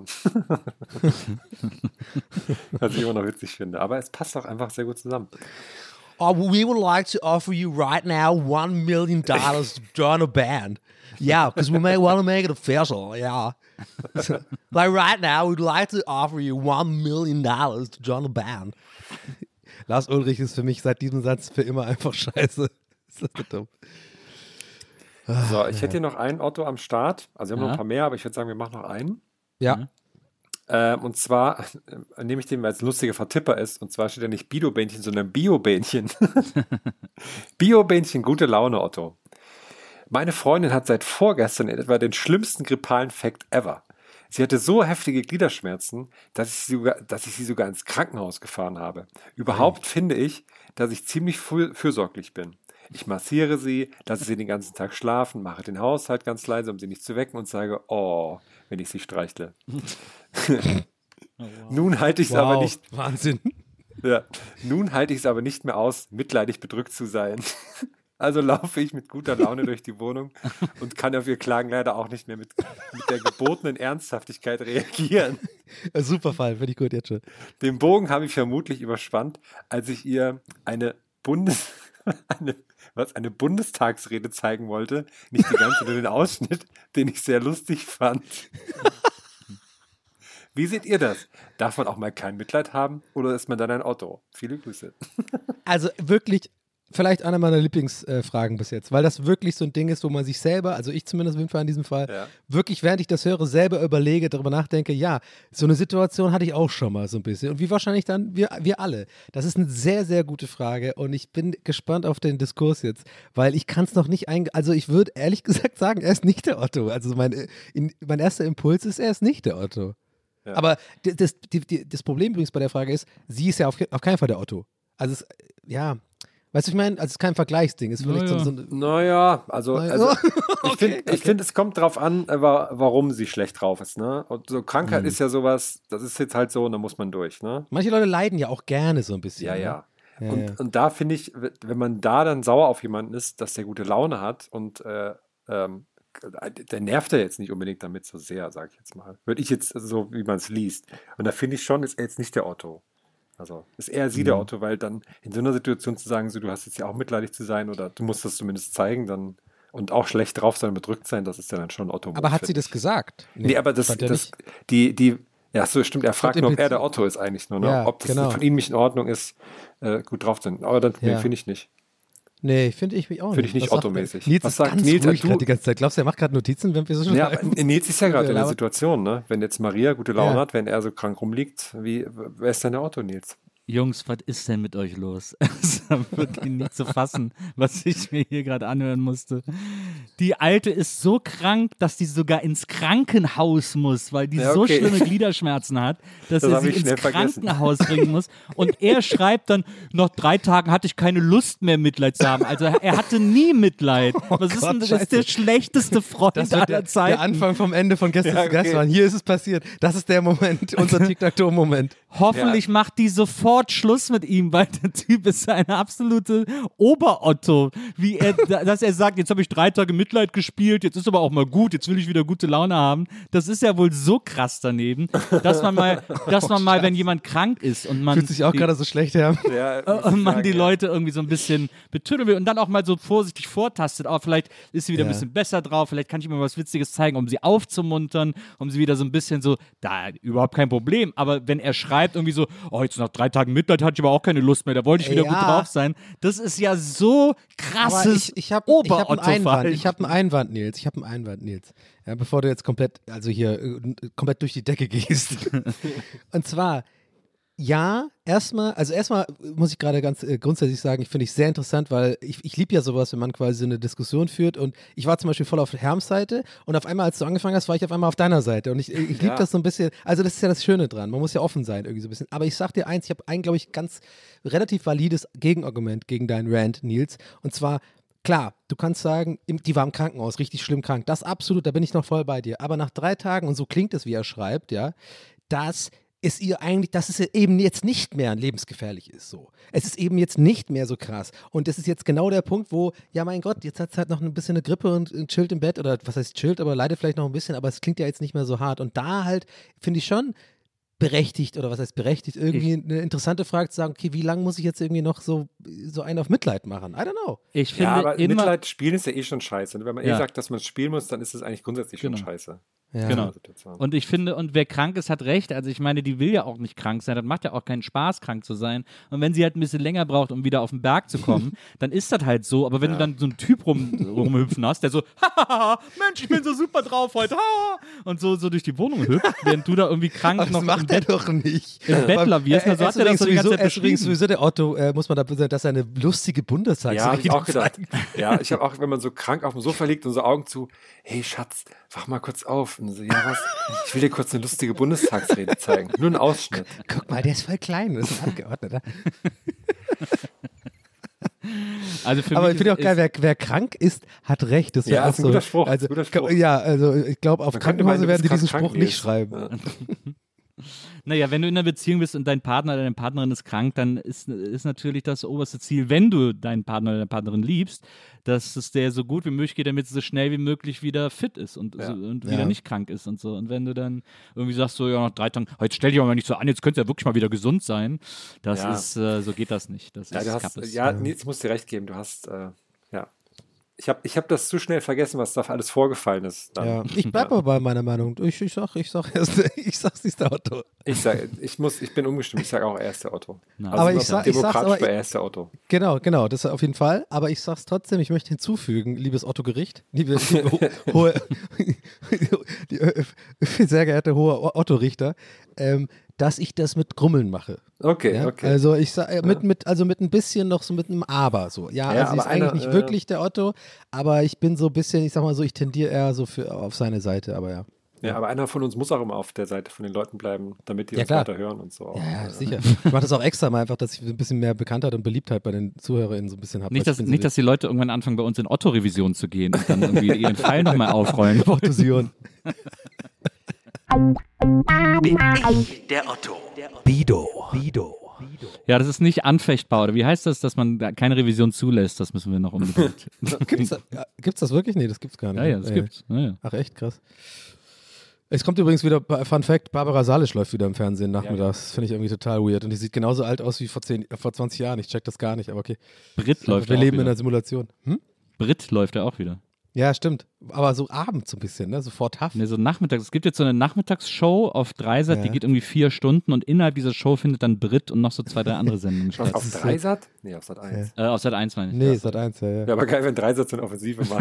S6: Was ich immer noch witzig finde. Aber es passt auch einfach sehr gut zusammen.
S4: Oh, we would like to offer you right now one million dollars to join a band. Yeah, because we may want to make it official, yeah. So, like right now, we'd like to offer you one million dollars to join a band. Lars Ulrich ist für mich seit diesem Satz für immer einfach scheiße. Ist das so dumm?
S6: So, ich hätte hier noch einen Otto am Start. Also wir haben
S5: Ja.
S6: noch ein paar mehr, aber ich würde sagen, wir machen noch einen.
S4: Ja.
S6: Ähm, und zwar äh, nehme ich den, weil es ein lustiger Vertipper ist. Und zwar steht ja nicht Bido-Bähnchen, sondern Bio-Bähnchen. Bio-Bähnchen, gute Laune, Otto. Meine Freundin hat seit vorgestern in etwa den schlimmsten grippalen Fact ever. Sie hatte so heftige Gliederschmerzen, dass ich sie sogar, dass ich sie sogar ins Krankenhaus gefahren habe. Überhaupt finde ich, dass ich ziemlich für, fürsorglich bin. Ich massiere sie, lasse sie den ganzen Tag schlafen, mache den Haushalt ganz leise, um sie nicht zu wecken und sage, oh, wenn ich sie streichle. Nun halte ich es aber nicht,
S4: Wahnsinn.
S6: ja, nun halte ich es aber nicht mehr aus, mitleidig bedrückt zu sein. Also laufe ich mit guter Laune durch die Wohnung und kann auf ihr Klagen leider auch nicht mehr mit, mit der gebotenen Ernsthaftigkeit reagieren.
S4: Super Fall, finde ich gut jetzt schon.
S6: Den Bogen habe ich vermutlich überspannt, als ich ihr eine Bundes... eine, was, eine Bundestagsrede zeigen wollte. Nicht die ganze, nur den Ausschnitt, den ich sehr lustig fand. Wie seht ihr das? Darf man auch mal kein Mitleid haben oder ist man dann ein Otto? Viele Grüße.
S4: Also wirklich, vielleicht eine meiner Lieblingsfragen bis jetzt, weil das wirklich so ein Ding ist, wo man sich selber, also ich zumindest auf jeden Fall in diesem Fall, ja. wirklich, während ich das höre, selber überlege, darüber nachdenke, ja, so eine Situation hatte ich auch schon mal so ein bisschen und wie wahrscheinlich dann wir, wir alle. Das ist eine sehr, sehr gute Frage und ich bin gespannt auf den Diskurs jetzt, weil ich kann es noch nicht ein, also ich würde ehrlich gesagt sagen, er ist nicht der Otto. Also mein, in, mein erster Impuls ist, er ist nicht der Otto. Ja. Aber das, die, die, das Problem übrigens bei der Frage ist, sie ist ja auf, auf keinen Fall der Otto. Also es, ja, weißt du, ich meine, also es ist kein Vergleichsding. Ist vielleicht
S6: naja.
S4: so, so
S6: naja, also, also
S4: okay,
S6: ich finde,
S4: okay.
S6: find, es kommt drauf an, warum sie schlecht drauf ist. Ne? Und so Krankheit mhm. ist ja sowas, das ist jetzt halt so und da muss man durch. Ne?
S4: Manche Leute leiden ja auch gerne so ein bisschen.
S6: Ja,
S4: ne?
S6: ja.
S4: ja,
S6: und,
S4: ja.
S6: und da finde ich, wenn man da dann sauer auf jemanden ist, dass der gute Laune hat und äh, ähm, der nervt ja jetzt nicht unbedingt damit so sehr, sage ich jetzt mal. Würde ich jetzt so, wie man es liest. Und da finde ich schon, ist er jetzt nicht der Otto. Also ist eher sie mhm. der Otto, weil dann in so einer Situation zu sagen, so du hast jetzt ja auch mitleidig zu sein oder du musst das zumindest zeigen, dann und auch schlecht drauf sein, bedrückt sein, das ist ja dann schon Otto.
S4: Aber hat sie das gesagt?
S6: Nee, nee aber das, das die, die, ja so stimmt, er fragt nur, ob er der Otto ist eigentlich nur, ne?
S4: Ja,
S6: ob das
S4: genau.
S6: von ihm nicht in Ordnung ist, äh, gut drauf zu sein. Aber dann,
S4: ja.
S6: nee, finde ich nicht.
S4: Nee, finde ich mich auch
S6: Finde ich nicht Otto-mäßig.
S4: Nils
S6: Was
S4: ist
S6: sagt
S4: ganz
S6: Nils?
S4: ruhig
S6: Du?
S4: gerade die ganze Zeit. Glaubst du, er macht gerade Notizen, wenn wir so schon
S6: Ja, aber Nils ist ja gerade in der
S4: aber
S6: Situation, ne? Wenn jetzt Maria gute Laune
S4: Ja.
S6: hat, wenn er so krank rumliegt, wie, wer ist denn der Otto, Nils?
S5: Jungs, was ist denn mit euch los? Es ist wirklich nicht zu fassen, was ich mir hier gerade anhören musste. Die Alte ist so krank, dass die sogar ins Krankenhaus muss, weil die
S6: Ja,
S5: so
S6: okay.
S5: schlimme Gliederschmerzen hat, dass
S6: Das
S5: er
S6: hab
S5: sie
S6: ich
S5: ins
S6: schnell vergessen.
S5: Krankenhaus bringen muss. Und er schreibt dann, nach drei Tagen hatte ich keine Lust mehr, Mitleid zu haben. Also er hatte nie Mitleid. Was ist
S4: Gott,
S5: denn das? Das ist der
S4: Scheiße.
S5: schlechteste Freund
S4: Das wird der,
S5: aller Zeiten.
S4: der Anfang vom Ende von Gäste
S6: Ja,
S4: zu Gast
S6: okay.
S4: waren. Hier ist es passiert. Das ist der Moment, unser Tic-Tac-Toe-Moment.
S5: Hoffentlich
S6: Ja.
S5: macht die sofort Schluss mit ihm, weil der Typ ist eine absolute Oberotto. Wie er, dass er sagt, jetzt habe ich drei Tage Mitleid gespielt, jetzt ist aber auch mal gut, jetzt will ich wieder gute Laune haben. Das ist ja wohl so krass daneben, dass man mal, dass man mal, wenn jemand krank ist und man
S4: Fühlt sich auch
S5: die,
S4: gerade so schlecht her.
S6: Ja,
S5: äh,
S6: muss
S5: und
S6: ich
S5: man
S6: sagen,
S5: die
S6: ja.
S5: Leute irgendwie so ein bisschen betüdeln will und dann auch mal so vorsichtig vortastet, oh, vielleicht ist sie wieder
S4: Ja.
S5: ein bisschen besser drauf, vielleicht kann ich ihr mal was Witziges zeigen, um sie aufzumuntern, um sie wieder so ein bisschen so, da überhaupt kein Problem, aber wenn er schreibt irgendwie so, oh, jetzt nach drei Tagen Mitleid hatte ich aber auch keine Lust mehr, da wollte ich wieder
S4: Ja.
S5: gut drauf sein, das ist ja so krasses
S4: Aber ich, ich habe ich hab einen Einwand.
S5: Oberotto-Verhalten.
S4: Ich habe einen Einwand, Nils. Ich habe einen Einwand, Nils. Ja, bevor du jetzt komplett, also hier, äh, komplett durch die Decke gehst. Und zwar, ja, erstmal, also erstmal muss ich gerade ganz äh, grundsätzlich sagen, ich finde ich sehr interessant, weil ich, ich liebe ja sowas, wenn man quasi so eine Diskussion führt und ich war zum Beispiel voll auf Herms Seite und auf einmal, als du angefangen hast, war ich auf einmal auf deiner Seite und ich, ich liebe
S6: Ja.
S4: das so ein bisschen, also das ist ja das Schöne dran, man muss ja offen sein irgendwie so ein bisschen, aber ich sag dir eins, ich habe ein, glaube ich, ganz relativ valides Gegenargument gegen deinen Rant, Nils, und zwar, klar, du kannst sagen, im- die war im Krankenhaus, richtig schlimm krank, das absolut, da bin ich noch voll bei dir, aber nach drei Tagen, und so klingt es, wie er schreibt, ja, dass ist ihr eigentlich, dass es eben jetzt nicht mehr lebensgefährlich ist. So. Es ist eben jetzt nicht mehr so krass. Und das ist jetzt genau der Punkt, wo, ja mein Gott, jetzt hat es halt noch ein bisschen eine Grippe und, und chillt im Bett oder was heißt chillt, aber leidet vielleicht noch ein bisschen, aber es klingt ja jetzt nicht mehr so hart. Und da halt, finde ich schon berechtigt oder was heißt berechtigt, irgendwie
S5: Ich-
S4: eine interessante Frage zu sagen, okay, wie lange muss ich jetzt irgendwie noch so, so einen auf Mitleid machen? I don't know.
S5: Ich finde
S6: Ja, aber
S5: immer,
S6: Mitleid spielen ist ja eh schon scheiße. Wenn man eh
S5: Ja.
S6: sagt, dass man es spielen muss, dann ist es eigentlich grundsätzlich
S5: Genau.
S6: schon scheiße.
S4: Ja.
S5: Genau.
S6: Situation.
S5: Und ich finde, und wer krank ist, hat recht. Also ich meine, die will ja auch nicht krank sein. Das macht ja auch keinen Spaß, krank zu sein. Und wenn sie halt ein bisschen länger braucht, um wieder auf den Berg zu kommen, dann ist das halt so. Aber wenn du dann so einen Typ rum, rumhüpfen hast, der so, hahaha, Mensch, ich bin so super drauf heute, ha, und so, so durch die Wohnung hüpft, während du da irgendwie krank
S4: Aber
S5: noch
S4: das macht
S5: im
S4: er
S5: Bett,
S4: doch nicht.
S5: im Bett lavierst.
S4: Er,
S5: Na, so
S4: er
S5: hat
S4: ist
S5: er das
S4: übrigens
S5: so die ganze
S4: sowieso,
S5: Zeit
S4: er ist übrigens
S5: beschrieben.
S4: sowieso der Otto, äh, muss man da sagen, dass er eine lustige Bundestagsrede
S6: Ja, hab ich auch gedacht.
S4: zeigt.
S6: Ja, ich habe auch, wenn man so krank auf dem Sofa liegt und so Augen zu, hey Schatz, wach mal kurz auf. Und so, ja was? Ich will dir kurz eine lustige Bundestagsrede zeigen. Nur ein Ausschnitt.
S4: Guck mal, der ist voll klein, das ist ein Abgeordneter.
S5: Also für
S4: Aber
S5: mich
S4: ich finde auch
S5: ist-
S4: geil, wer, wer krank ist, hat recht. Das
S6: Ja,
S4: auch
S6: ist ein
S4: so,
S6: guter Spruch,
S4: Also,
S6: ist ein guter Spruch.
S4: Ja, also ich glaube, auf
S6: Man könnte meinen,
S4: Krankenhäuser
S6: du
S4: werden die
S6: bist
S4: diesen
S6: krank,
S4: Spruch nicht
S6: Nils.
S4: schreiben.
S6: Ja.
S5: Naja, wenn du in einer Beziehung bist und dein Partner oder deine Partnerin ist krank, dann ist, ist natürlich das oberste Ziel, wenn du deinen Partner oder deine Partnerin liebst, dass es der so gut wie möglich geht, damit es so schnell wie möglich wieder fit ist und,
S6: Ja.
S5: so, und
S4: Ja.
S5: wieder nicht krank ist und so. Und wenn du dann irgendwie sagst, so, ja, nach drei Tagen, jetzt stell dich aber mal nicht so an, jetzt könnte ja wirklich mal wieder gesund sein. Das
S6: Ja.
S5: ist, äh, so geht das nicht. Das
S6: Ja,
S5: ist
S6: du hast,
S5: Kappes.
S6: ja, nee, ich muss dir recht geben, du hast, äh, ja. Ich habe ich hab das zu schnell vergessen, was da alles vorgefallen ist. Dann.
S4: Ja, ich bleibe aber bei meiner Meinung. Ich, ich sag, ich sag erst, ich sag's ist der Otto.
S6: Ich sag, ich muss, ich bin umgestimmt, ich sage auch erster Otto.
S5: Na,
S6: Also
S4: aber
S6: immer
S4: ich sag- ich sag's
S6: demokratisch
S4: aber-
S6: bei erster Otto.
S4: Genau, genau, das auf jeden Fall. Aber ich sag's trotzdem, ich möchte hinzufügen, liebes Otto-Gericht, liebe, liebe ho hohe, die, äh, sehr geehrte hohe Otto-Richter, ähm, dass ich das mit Grummeln mache.
S6: Okay,
S4: Ja?
S6: okay.
S4: Also ich sag, äh, mit, mit, also mit ein bisschen noch so mit einem Aber so. Ja,
S6: Ja,
S4: also sie
S6: aber
S4: ist eigentlich
S6: einer,
S4: nicht
S6: äh,
S4: wirklich der Otto, aber ich bin so ein bisschen, ich sag mal so, ich tendiere eher so für, auf seine Seite, aber ja.
S6: ja, aber einer von uns muss auch immer auf der Seite von den Leuten bleiben, damit die
S4: Ja,
S6: uns
S4: klar.
S6: weiter hören und so.
S4: Ja, ja, sicher. Ich mache das auch extra mal einfach, dass ich ein bisschen mehr Bekanntheit und Beliebtheit bei den ZuhörerInnen so ein bisschen habe.
S5: Nicht, dass, nicht, dass die Leute irgendwann anfangen, bei uns in Otto-Revision zu gehen und dann irgendwie ihren Fall nochmal aufrollen.
S4: Otto-Sion.
S7: Bin ich der Otto? Bido. Bido.
S5: Ja, das ist nicht anfechtbar. Oder wie heißt das, dass man da keine Revision zulässt? Das müssen wir noch unbedingt.
S4: Gibt's, das- ja, gibt's das wirklich? Nee, das gibt's gar nicht.
S5: Ja, ja, das
S4: Äh,
S5: gibt's. Ja, ja.
S4: Ach echt, krass. Es kommt übrigens wieder, Fun Fact, Barbara Salisch läuft wieder im Fernsehen nachmittags. Das finde ich irgendwie total weird. Und die sieht genauso alt aus wie vor, zehn, äh, vor zwanzig Jahren. Ich check das gar nicht, aber okay.
S5: Brit läuft
S4: Wir
S5: ja auch
S4: leben in
S5: wieder.
S4: einer Simulation. Hm?
S5: Brit läuft ja auch wieder.
S4: Ja, stimmt. Aber so abends so ein bisschen, ne? Sofort haft.
S5: Ne, so nachmittags. Es gibt jetzt so eine Nachmittagsshow auf Dreisat,
S4: Ja.
S5: die geht irgendwie vier Stunden und innerhalb dieser Show findet dann Brit und noch so zwei, drei andere Sendungen
S6: Was,
S5: statt.
S6: auf Dreisat? Nee, auf Sat eins.
S5: Äh, auf Sat eins meine ich.
S4: Nee, Sat eins, ja, ja.
S6: Ja, aber geil, wenn Dreisat so eine Offensive macht.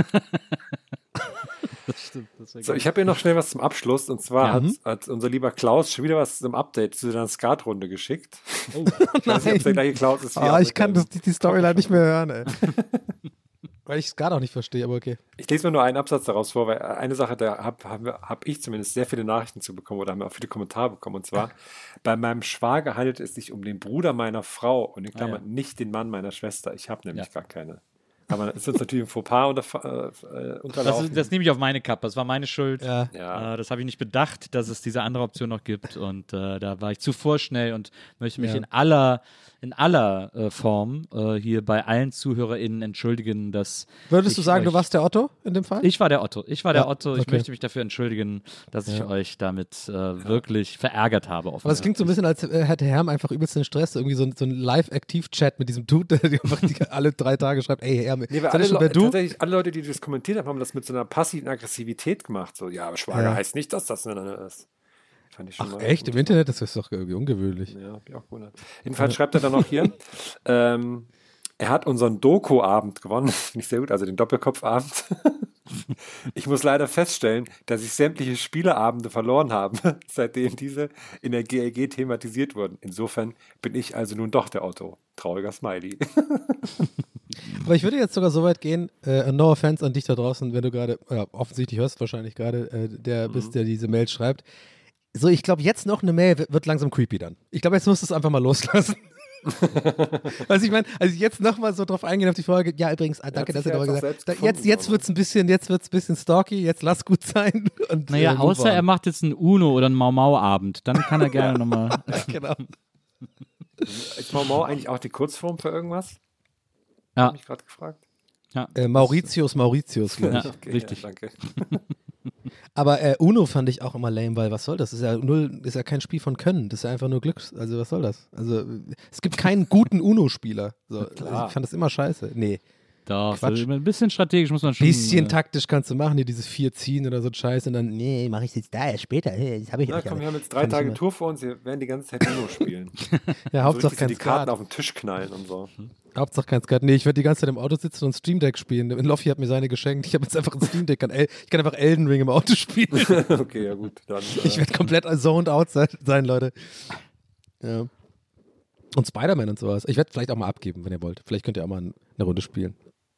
S5: Das stimmt. Das wär
S6: So,
S5: geil.
S6: ich habe hier noch schnell was zum Abschluss. Und zwar
S5: Ja.
S6: hat,
S4: Mhm.
S6: hat unser lieber Klaus schon wieder was zum Update zu deiner Skatrunde geschickt.
S5: Oh.
S6: Ich weiß nicht, ob es der gleiche Klaus ist wie
S4: Ah,
S6: auch
S4: ich
S6: mit
S4: kann
S6: dem-
S4: das, die, die Storyline nicht mehr hören, ey. Weil ich es gerade auch nicht verstehe, aber okay.
S6: Ich lese mir nur einen Absatz daraus vor, weil eine Sache, da habe hab, hab ich zumindest sehr viele Nachrichten zu bekommen oder haben wir auch viele Kommentare bekommen. Und zwar, bei meinem Schwager handelt es sich um den Bruder meiner Frau und in Klammern
S5: Ah, ja.
S6: nicht den Mann meiner Schwester. Ich habe nämlich
S5: Ja.
S6: gar keine. Aber es ist uns natürlich ein Fauxpas unter, äh,
S5: Das,
S6: unterlaufen.
S5: ist, das nehme ich auf meine Kappe. Das war meine Schuld.
S4: Ja.
S6: Ja.
S5: Äh, das habe ich nicht bedacht, dass es diese andere Option noch gibt. Und äh, da war ich zu vorschnell und möchte mich
S4: Ja.
S5: in aller, in aller äh, Form äh, hier bei allen ZuhörerInnen entschuldigen, dass
S4: Würdest
S5: ich
S4: du sagen,
S5: euch,
S4: du warst der Otto in dem Fall?
S5: Ich war der Otto. Ich war der
S4: Ja,
S5: Otto. Ich
S4: okay.
S5: möchte mich dafür entschuldigen, dass ich
S4: Ja.
S5: euch damit äh, wirklich verärgert habe.
S4: Aber es klingt so ein bisschen, als äh, hätte Herm einfach übelst den Stress. Irgendwie so, ein- so ein Live-Aktiv-Chat mit diesem Dude, der einfach die, alle drei Tage schreibt, ey Herm,
S6: Nee, weil
S4: seid
S6: alle,
S4: ihr schon
S6: Leu-
S4: bei du?
S6: tatsächlich alle Leute, die das kommentiert haben, haben das mit so einer passiven Aggressivität gemacht. So, ja, aber Schwager
S4: Ja.
S6: heißt nicht, dass das eine ist. Fand ich schon
S4: Ach
S6: mal
S4: echt,
S6: gut.
S4: im Internet? Das ist doch irgendwie ungewöhnlich.
S6: Ja, hab ich auch gewundert. Jedenfalls schreibt er dann noch hier, ähm, er hat unseren Doku-Abend gewonnen. Finde ich sehr gut, also den Doppelkopf-Abend. Ich muss leider feststellen, dass ich sämtliche Spieleabende verloren habe, seitdem diese in der G L G thematisiert wurden. Insofern bin ich also nun doch der Otto. Trauriger Smiley.
S4: Aber ich würde jetzt sogar so weit gehen, äh, no offense an dich da draußen, wenn du gerade, ja, offensichtlich hörst wahrscheinlich gerade, äh, der bist, der diese Mail schreibt. So, ich glaube, jetzt noch eine Mail wird, wird langsam creepy dann. Ich glaube, jetzt musst du es einfach mal loslassen. Was ich meine, also jetzt nochmal so drauf eingehen auf die Frage, ja übrigens, ah, danke,
S6: sich
S4: dass ihr
S6: ja
S4: nochmal
S6: jetzt auch
S4: gesagt
S6: selbst
S4: habt, jetzt,
S6: gefunden,
S4: jetzt
S6: so,
S4: wird es ein bisschen, jetzt wird's ein bisschen stalky, jetzt lass gut sein. Und,
S5: Naja,
S4: äh, move
S5: außer er
S4: on.
S5: macht jetzt einen Uno oder einen Mau-Mau-Abend. Dann kann er gerne nochmal.
S4: Genau.
S6: Ist Mau Mau eigentlich auch die Kurzform für irgendwas?
S5: Ja.
S6: Hab ich gerade gefragt.
S4: Äh, Mauritius, Mauritius, glaube ich.
S5: Ja,
S6: Okay,
S5: richtig.
S6: Ja, danke.
S4: Aber äh, Uno fand ich auch immer lame, weil was soll das? Das ist ja null, ist ja kein Spiel von Können, das ist ja einfach nur Glücks. Also was soll das? Also es gibt keinen guten Uno-Spieler. So,
S6: Klar.
S4: ich fand das immer scheiße. Nee.
S5: Doch,
S4: Quatsch.
S5: so ein bisschen strategisch muss man schon.
S4: Bisschen
S5: äh,
S4: taktisch kannst du machen, dir dieses vier ziehen oder so ein Scheiß und dann, nee, mach ich jetzt da erst später. Hey, das habe ich
S6: Na
S4: nicht.
S6: komm,
S4: aber
S6: wir haben jetzt drei
S4: kann ich
S6: Tage
S4: immer-
S6: Tour vor uns, wir werden die ganze Zeit Uno spielen.
S4: Ja,
S6: So
S4: Hauptsache
S6: richtig so
S4: kein
S6: die Karten
S4: Skat.
S6: auf den Tisch knallen und so.
S4: Hauptsache kein Skat. Nee, ich werde die ganze Zeit im Auto sitzen und Stream Deck spielen. Loffi hat mir seine geschenkt. Ich habe jetzt einfach ein Stream Deck. An El- ich kann einfach Elden Ring im Auto spielen.
S6: Okay, ja gut. Dann,
S4: Ich
S6: äh,
S4: werde komplett zoned out sein, sein, Leute. Ja. Und Spider-Man und sowas. Ich werde vielleicht auch mal abgeben, wenn ihr wollt. Vielleicht könnt ihr auch mal eine Runde spielen.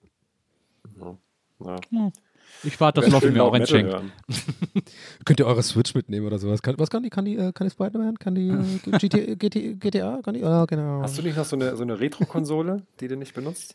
S6: ja.
S5: Ich warte, dass
S6: Wäre
S5: Loffi
S6: schön,
S5: mir auch
S6: Metal
S5: entschenkt.
S6: hören.
S4: Könnt ihr eure Switch mitnehmen oder sowas? Kann, was kann die? Kann die, äh, kann die Spider-Man? Kann die äh, G T, G T, G T A? Kann die? Ah, genau.
S6: Hast du nicht noch so eine, so eine Retro-Konsole, die du nicht benutzt?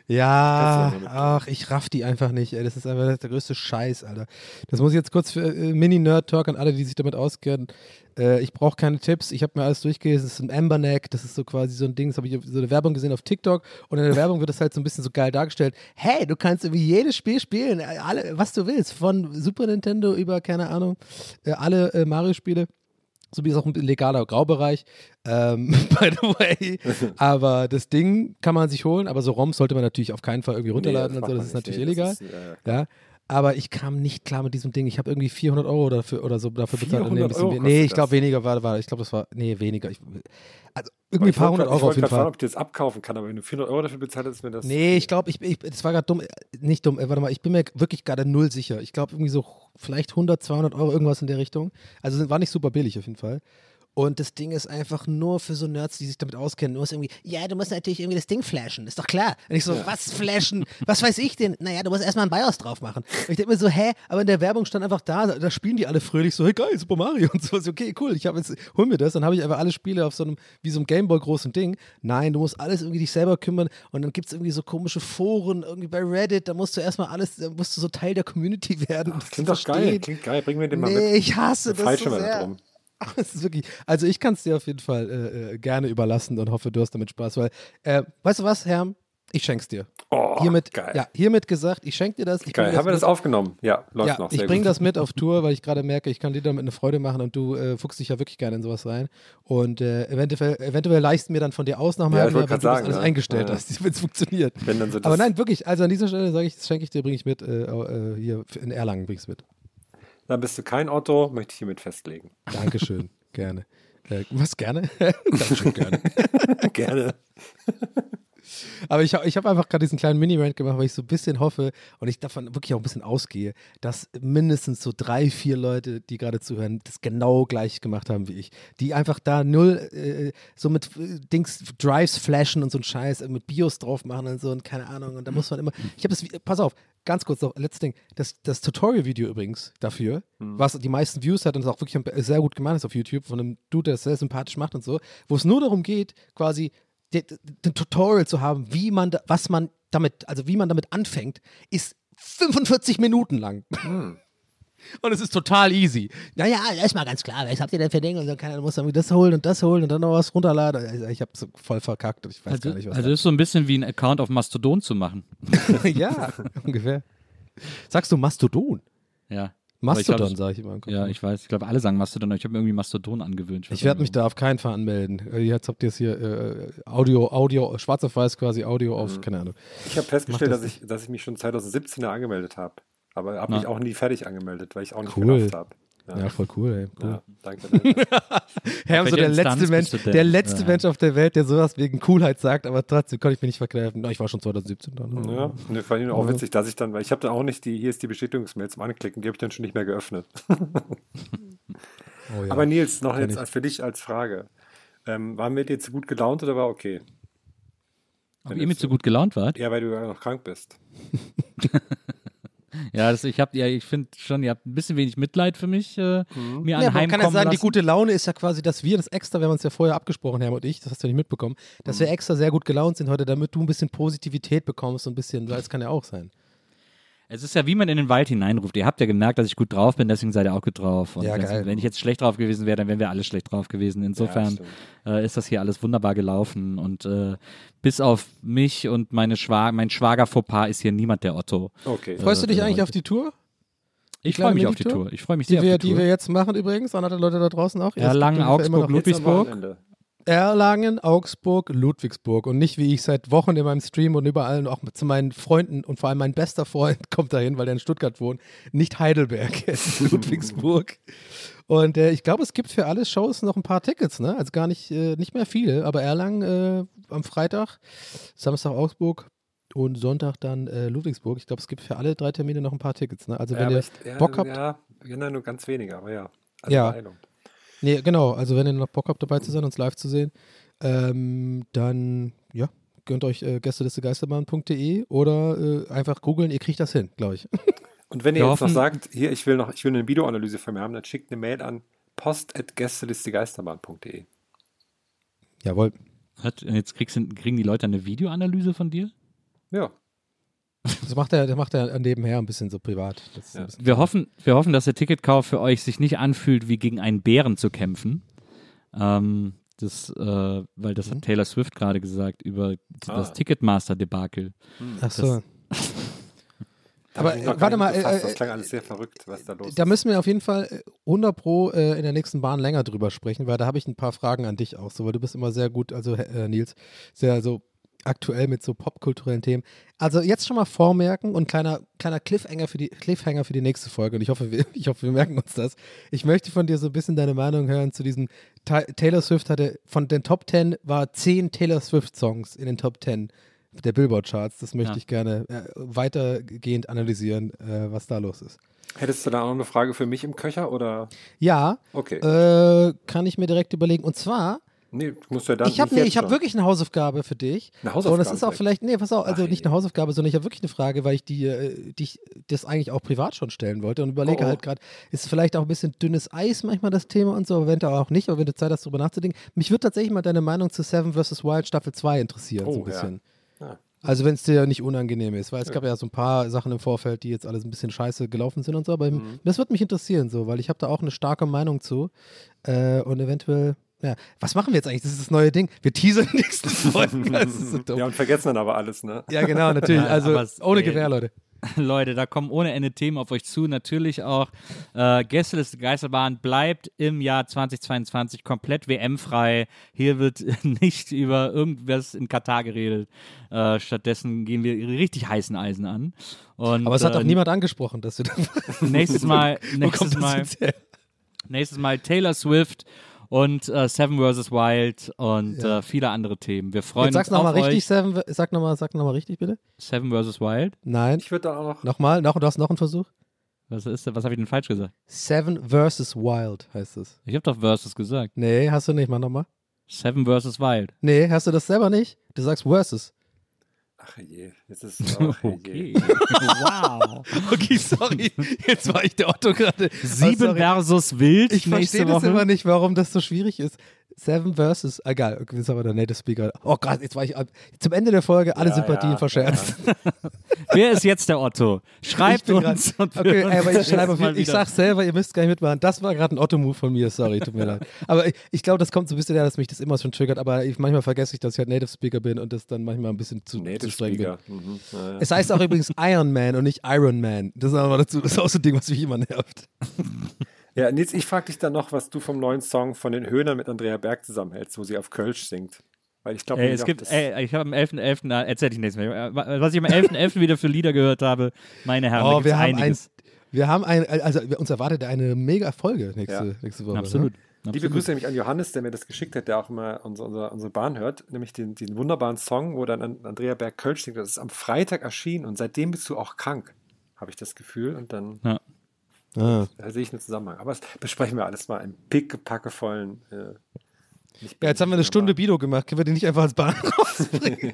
S4: Ja, ach, ich raff die einfach nicht, ey. Das ist einfach der größte Scheiß, Alter. Das muss ich jetzt kurz für äh, Mini-Nerd-Talk an alle, die sich damit auskennen. Äh, ich brauche keine Tipps, ich habe mir alles durchgelesen. Das ist ein Amberneck, das ist so quasi so ein Ding, das habe ich so eine Werbung gesehen auf TikTok und in der Werbung wird das halt so ein bisschen so geil dargestellt. Hey, du kannst irgendwie jedes Spiel spielen, alle, was du willst, von Super Nintendo über, keine Ahnung, äh, alle äh, Mario-Spiele. So wie es auch ein legaler Graubereich, ähm, by the way. Aber das Ding kann man sich holen, aber so ROMs sollte man natürlich auf keinen Fall irgendwie runterladen nee, das und so, das ist natürlich nee, illegal. Ist, äh, ja. Aber ich kam nicht klar mit diesem Ding. Ich habe irgendwie vierhundert Euro dafür oder so dafür bezahlt. Nee, ein bisschen Euro nee ich glaube weniger war, war ich glaube das war, nee, weniger. Ich, also irgendwie ein paar hundert Euro auf jeden Fall. Ich wollte fragen, ob
S6: du das abkaufen kann, aber wenn du vierhundert Euro dafür bezahlt hast, mir das...
S4: Nee, ich glaube, ich, ich, das war gerade dumm, nicht dumm, warte mal, ich bin mir wirklich gerade null sicher. Ich glaube irgendwie so vielleicht hundert, zweihundert Euro, irgendwas in der Richtung. Also war nicht super billig auf jeden Fall. Und das Ding ist einfach nur für so Nerds, die sich damit auskennen. Du musst irgendwie, ja, du musst natürlich irgendwie das Ding flashen, ist doch klar. Und ich so, ja. was flashen? Was weiß ich denn? Naja, du musst erstmal ein BIOS drauf machen. Und ich denke mir so, hä? Aber in der Werbung stand einfach da, da, da spielen die alle fröhlich so, hey geil, Super Mario und so. Okay, cool, ich habe jetzt, hol mir das. Dann habe ich einfach alle Spiele auf so einem, wie so einem Gameboy großen Ding. Nein, du musst alles irgendwie dich selber kümmern. Und dann gibt es irgendwie so komische Foren, irgendwie bei Reddit, da musst du erstmal alles, da musst du so Teil der Community werden.
S6: Ach, das klingt doch geil, klingt geil, bringen wir den mal
S4: nee,
S6: mit.
S4: ich hasse das so sehr. Das ist wirklich, also ich kann es dir auf jeden Fall äh, äh, gerne überlassen und hoffe, du hast damit Spaß, weil, äh, weißt du was, Herr, ich schenk's dir.
S6: Oh,
S4: hiermit,
S6: geil.
S4: Ja, hiermit gesagt, ich schenke dir das. Ich
S6: geil, haben wir das aufgenommen? Ja, läuft
S4: ja,
S6: noch sehr
S4: ich bringe
S6: gut.
S4: das mit auf Tour, weil ich gerade merke, ich kann dir damit eine Freude machen und du äh, fuchst dich ja wirklich gerne in sowas rein und äh, eventuell, eventuell leihst mir dann von dir aus nach
S6: ja,
S4: halben Jahr, wenn du
S6: sagen,
S4: das alles
S6: ja.
S4: eingestellt
S6: ja.
S4: hast, wenn es funktioniert.
S6: Wenn dann so
S4: Aber nein, wirklich, also an dieser Stelle sage ich, das schenke ich dir, bringe ich mit, äh, äh, hier in Erlangen bringe ich es mit.
S6: Dann bist du kein Otto, möchte ich hiermit festlegen.
S4: Dankeschön, gerne. Äh, was, gerne? Dankeschön, gerne.
S6: Gerne.
S4: Aber ich, ich habe einfach gerade diesen kleinen Mini-Rant gemacht, weil ich so ein bisschen hoffe und ich davon wirklich auch ein bisschen ausgehe, dass mindestens so drei, vier Leute, die gerade zuhören, das genau gleich gemacht haben wie ich. Die einfach da null äh, so mit äh, Dings, Drives flashen und so ein Scheiß, äh, mit BIOS drauf machen und so und keine Ahnung. Und da muss man immer, ich habe das, pass auf, ganz kurz noch, letztes Ding, das, das Tutorial-Video übrigens dafür, mhm. was die meisten Views hat und das auch wirklich sehr gut gemacht ist auf YouTube, von einem Dude, der es sehr sympathisch macht und so, wo es nur darum geht, quasi den, den Tutorial zu haben, wie man, da, was man damit, also wie man damit anfängt, ist fünfundvierzig Minuten lang. Mhm. Und es ist total easy. Naja, erstmal ganz klar, was habt ihr denn für Dinge? Und dann kann, muss man das holen und das holen und dann noch was runterladen. Also ich habe so voll verkackt. Ich weiß
S5: also,
S4: gar nicht, was
S5: Also das ist so ein bisschen wie ein Account auf Mastodon zu machen.
S4: Ja, ungefähr. Sagst du Mastodon?
S5: Ja.
S4: Mastodon, sage ich immer. Im Kopf.
S5: Ja, ich weiß. Ich glaube, alle sagen Mastodon, aber ich habe mir irgendwie Mastodon angewöhnt.
S4: Ich, ich werde mich da auf keinen Fall anmelden. Jetzt habt ihr es hier äh, Audio, Audio, schwarz auf weiß quasi, Audio auf, mhm. keine Ahnung.
S6: Ich habe festgestellt, das dass, ich, dass ich mich schon zwanzig siebzehn angemeldet habe. Aber habe mich auch nie fertig angemeldet, weil ich auch nicht
S4: cool.
S6: gerafft habe.
S4: Ja. ja, voll cool, ey. Cool.
S6: Ja, danke, danke.
S4: Herr, so der letzte, Mensch, der letzte ja. Mensch auf der Welt, der sowas wegen Coolheit sagt, aber trotzdem konnte ich mich nicht verkneifen. Na, ich war schon zwanzig siebzehn dann.
S6: Ja, ne, fand ich auch ja. witzig, dass ich dann, weil ich habe dann auch nicht die, hier ist die Bestätigungsmail zum Anklicken, die habe ich dann schon nicht mehr geöffnet. oh, ja. Aber Nils, noch Kenn jetzt ich. für dich als Frage. Ähm, waren wir dir zu gut gelaunt oder war okay?
S5: Ob ihr mir zu gut gelaunt wart?
S6: Ja, weil du ja noch krank bist.
S5: Ja, das, ich habe, ja, ich finde schon, ihr habt ein bisschen wenig Mitleid für mich äh, mhm. mir
S4: ja,
S5: anheimkommen
S4: man kann ja sagen,
S5: lassen.
S4: Die gute Laune ist ja quasi, dass wir das extra, wir haben uns ja vorher abgesprochen, Herr und ich, das hast du ja nicht mitbekommen, dass mhm. wir extra sehr gut gelaunt sind heute, damit du ein bisschen Positivität bekommst, so ein bisschen, das kann ja auch sein.
S5: Es ist ja, wie man in den Wald hineinruft. Ihr habt ja gemerkt, dass ich gut drauf bin, deswegen seid ihr auch gut drauf. Und
S4: ja, geil.
S5: Wenn ich jetzt schlecht drauf gewesen wäre, dann wären wir alle schlecht drauf gewesen. Insofern ja, äh, ist das hier alles wunderbar gelaufen. Und äh, bis auf mich und meine Schwa- mein Schwager-Fauxpas ist hier niemand der Otto.
S6: Okay.
S4: Äh, Freust du dich
S5: äh,
S4: eigentlich auf die Tour?
S5: Ich freue mich auf die Tour. Ich freue mich
S4: die
S5: sehr
S4: wir,
S5: auf die Tour.
S4: Die wir jetzt machen übrigens, an alle Leute da draußen auch.
S5: Erlangen, Augsburg, Ludwigsburg.
S4: Erlangen, Augsburg, Ludwigsburg und nicht wie ich seit Wochen in meinem Stream und überall und auch zu meinen Freunden und vor allem mein bester Freund kommt dahin, weil der in Stuttgart wohnt, nicht Heidelberg, Ludwigsburg. Und äh, ich glaube, es gibt für alle Shows noch ein paar Tickets, ne? Also gar nicht, äh, nicht mehr viele, aber Erlangen äh, am Freitag, Samstag Augsburg und Sonntag dann äh, Ludwigsburg. Ich glaube, es gibt für alle drei Termine noch ein paar Tickets, ne? Also wenn ja, ihr ich,
S6: ja,
S4: Bock habt.
S6: Ja, ja, nur ganz wenige, aber ja. Also
S4: ja. Nee, genau, also wenn ihr noch Bock habt, dabei zu sein, uns live zu sehen, ähm, dann, ja, gönnt euch äh, gästelistegeisterbahn punkt de oder äh, einfach googeln, ihr kriegt das hin, glaube ich.
S6: Und wenn ihr Wir jetzt noch sagt, hier, ich will noch, ich will eine Videoanalyse von mir haben, dann schickt eine Mail an post at gästelistegeisterbahn punkt de.
S4: Jawohl.
S5: Hat, jetzt kriegst du, kriegen die Leute eine Videoanalyse von dir?
S6: Ja.
S4: Das macht er, das macht er nebenher ein bisschen so privat. Das ist
S6: Ja.
S4: ein bisschen
S5: Wir hoffen, wir hoffen, dass der Ticketkauf für euch sich nicht anfühlt, wie gegen einen Bären zu kämpfen. Ähm, das, äh, weil das hat Taylor Swift gerade gesagt über das
S6: Ah.
S5: Ticketmaster-Debakel.
S4: Ach so.
S6: Da
S4: Aber,
S6: hab ich noch
S4: äh,
S6: gar
S4: warte
S6: nicht
S4: mal,
S6: befasst.
S4: äh,
S6: Das klang alles sehr verrückt, was da los
S4: Da
S6: ist.
S4: müssen wir auf jeden Fall äh, hundert Pro äh, in der nächsten Bahn länger drüber sprechen, weil da habe ich ein paar Fragen an dich auch, so, weil du bist immer sehr gut, also äh, Nils, sehr so aktuell mit so popkulturellen Themen. Also jetzt schon mal vormerken und kleiner, kleiner Cliffhanger für die Cliffhanger für die nächste Folge und ich hoffe, wir, ich hoffe, wir merken uns das. Ich möchte von dir so ein bisschen deine Meinung hören zu diesem Ta- Taylor Swift hatte, von den Top zehn war zehn Taylor Swift Songs in den Top zehn der Billboard-Charts. Das möchte
S5: Ja.
S4: ich gerne äh, weitergehend analysieren, äh, was da los ist.
S6: Hättest du da auch noch eine Frage für mich im Köcher oder?
S4: Ja,
S6: Okay.
S4: äh, kann ich mir direkt überlegen. Und zwar,
S6: Nee, du musst ja dann.
S4: ich habe
S6: nicht
S4: nee,
S6: jetzt
S4: ich hab
S6: schon.
S4: wirklich eine Hausaufgabe für dich.
S6: Eine Hausaufgabe
S4: Und es ist auch
S6: direkt.
S4: vielleicht, nee, pass auf, also
S6: Ach
S4: nicht
S6: je.
S4: eine Hausaufgabe, sondern ich habe wirklich eine Frage, weil ich die, äh, die ich das eigentlich auch privat schon stellen wollte und überlege
S6: Oh, oh.
S4: halt gerade, ist vielleicht auch ein bisschen dünnes Eis manchmal das Thema und so, aber wenn du auch nicht, aber wenn du Zeit hast, darüber nachzudenken. Mich würde tatsächlich mal deine Meinung zu Seven versus. Wild Staffel zwei interessieren, so
S6: Oh,
S4: ein bisschen.
S6: ja. Ja.
S4: Also wenn es dir nicht unangenehm ist, weil es gab ja so ein paar Sachen im Vorfeld, die jetzt alles ein bisschen scheiße gelaufen sind und so, aber
S6: Mhm.
S4: das würde mich interessieren, so, weil ich habe da auch eine starke Meinung zu äh, und eventuell, ja, was machen wir jetzt eigentlich? Das ist das neue Ding. Wir teasern die nächsten Folgen. Das ist so dumm.
S6: Ja, und vergessen dann aber alles, ne?
S4: Ja, genau, natürlich.
S5: Ja,
S4: Also
S5: aber es-
S4: ohne
S5: ey,
S4: Gewehr, Leute.
S5: Leute, da kommen ohne Ende Themen auf euch zu. Natürlich auch äh, Gästeliste Geisterbahn bleibt im Jahr zweitausendzweiundzwanzig komplett W M-frei. Hier wird nicht über irgendwas in Katar geredet. Äh, stattdessen gehen wir richtig heißen Eisen an. Und,
S4: Aber es hat
S5: äh,
S4: doch niemand angesprochen, dass du da
S5: nächstes Mal,
S4: Wo
S5: nächstes
S4: kommt das
S5: Mal,
S4: jetzt her?
S5: nächstes Mal Taylor Swift und äh, Seven versus. Wild und
S4: Ja.
S5: äh, viele andere Themen. Wir freuen
S4: Jetzt sag's
S5: uns auf
S4: nochmal richtig,
S5: euch.
S4: Seven. Sag nochmal sag noch mal richtig, bitte.
S5: Seven versus. Wild.
S4: Nein.
S6: Ich würde da auch noch.
S4: Nochmal, noch, du hast noch einen Versuch.
S5: Was ist das? Was habe ich denn falsch gesagt?
S4: Seven versus. Wild heißt es.
S5: Ich habe doch versus gesagt.
S4: Nee, hast du nicht. Mach nochmal.
S5: Seven versus. Wild.
S4: Nee, hast du das selber nicht? Du sagst versus.
S6: Ach je, jetzt ist es auch
S5: Okay. wow.
S4: Okay, sorry. Jetzt war ich der Otto gerade.
S5: Sieben
S4: Oh, sorry.
S5: versus Wild
S4: Ich
S5: nächste
S4: verstehe das
S5: Woche.
S4: immer nicht, warum das so schwierig ist. Seven versus. Egal, okay, das ist aber der Native Speaker. Oh Gott, jetzt war ich ab- zum Ende der Folge alle
S6: Ja,
S4: Sympathien
S6: ja,
S4: verscherzt.
S5: Wer ist jetzt der Otto? Schreibt
S4: Ich bin
S5: uns.
S4: grad-
S5: und wir
S4: Okay,
S5: hören
S4: ey, aber
S5: uns
S4: ich schreibe auf
S5: mal
S4: jeden Ich
S5: wieder.
S4: sag's selber, ihr müsst gar nicht mitmachen. Das war gerade ein Otto-Move von mir, sorry, tut mir leid. Aber ich, ich glaube, das kommt so ein bisschen her, dass mich das immer schon triggert, aber ich, manchmal vergesse ich, dass ich halt Native Speaker bin und das dann manchmal ein bisschen zu, zu
S6: Native
S4: streng
S6: Speaker.
S4: bin.
S6: Mhm. Ja, ja.
S4: Es heißt auch übrigens Iron Man und nicht Iron Man. Das ist aber dazu, das ist auch so ein Ding, was mich immer nervt.
S6: Ja, Nils, ich frage dich dann noch, was du vom neuen Song von den Höhnern mit Andrea Berg zusammenhältst, wo sie auf Kölsch singt. Weil ich glaube,
S5: Ey, es gibt, ey, ich habe am elften elften erzähl ich nächstes Mal. Was ich am elften elften wieder für Lieder gehört habe, meine Herren, da
S4: Oh,
S5: gibt's
S4: wir haben ein,
S5: einiges.
S4: wir haben ein, also uns erwartet eine mega Folge nächste,
S6: Ja.
S4: nächste Woche.
S5: Absolut.
S4: Ne?
S6: Liebe
S5: Absolut.
S6: Grüße nämlich an Johannes, der mir das geschickt hat, der auch immer unsere, unsere, unsere Bahn hört, nämlich den, den wunderbaren Song, wo dann Andrea Berg Kölsch singt. Das ist am Freitag erschienen und seitdem bist du auch krank, habe ich das Gefühl. Und dann
S5: Ja.
S4: Ah.
S6: da sehe ich einen Zusammenhang. Aber das besprechen wir alles mal im pickepackevollen. Äh, nicht
S4: Ja, jetzt haben wir eine Stunde Bido gemacht. Können wir den nicht einfach als Bahn rausbringen?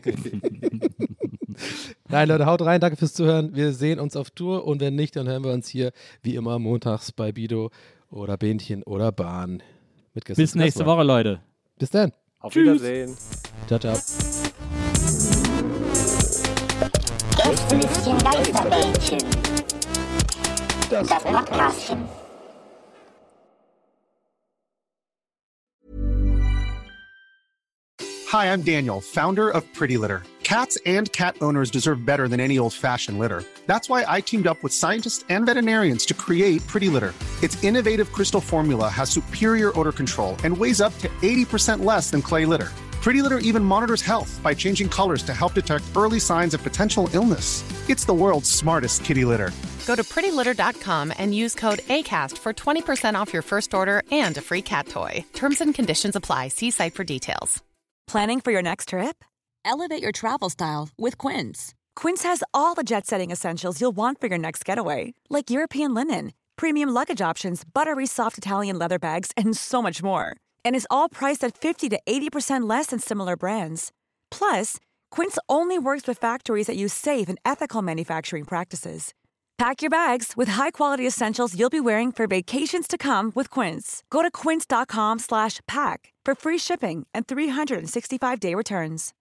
S4: Nein, Leute, haut rein. Danke fürs Zuhören. Wir sehen uns auf Tour und wenn nicht, dann hören wir uns hier wie immer montags bei Bido oder Bähnchen oder Bahn. Mit Gästen.
S5: Bis nächste Woche, Leute.
S4: Bis dann.
S6: Auf Wiedersehen.
S4: Ciao, ciao.
S3: Gästelistchen Geisterbällchen. Das Podcastchen.
S8: Hi, I'm Daniel, founder of Pretty Litter. Cats and cat owners deserve better than any old-fashioned litter. That's why I teamed up with scientists and veterinarians to create Pretty Litter. Its innovative crystal formula has superior odor control and weighs up to eighty percent less than clay litter. Pretty Litter even monitors health by changing colors to help detect early signs of potential illness. It's the world's smartest kitty litter.
S9: Go to pretty litter dot com and use code ACAST for twenty percent off your first order and a free cat toy. Terms and conditions apply. See site for details.
S10: Planning for your next trip? Elevate your travel style with Quince. Quince has all the jet-setting essentials you'll want for your next getaway, like European linen, premium luggage options, buttery soft Italian leather bags, and so much more. And is all priced at fifty to eighty percent less than similar brands. Plus, Quince only works with factories that use safe and ethical manufacturing practices. Pack your bags with high-quality essentials you'll be wearing for vacations to come with Quince. Go to quince dot com slash pack for free shipping and three sixty-five day returns.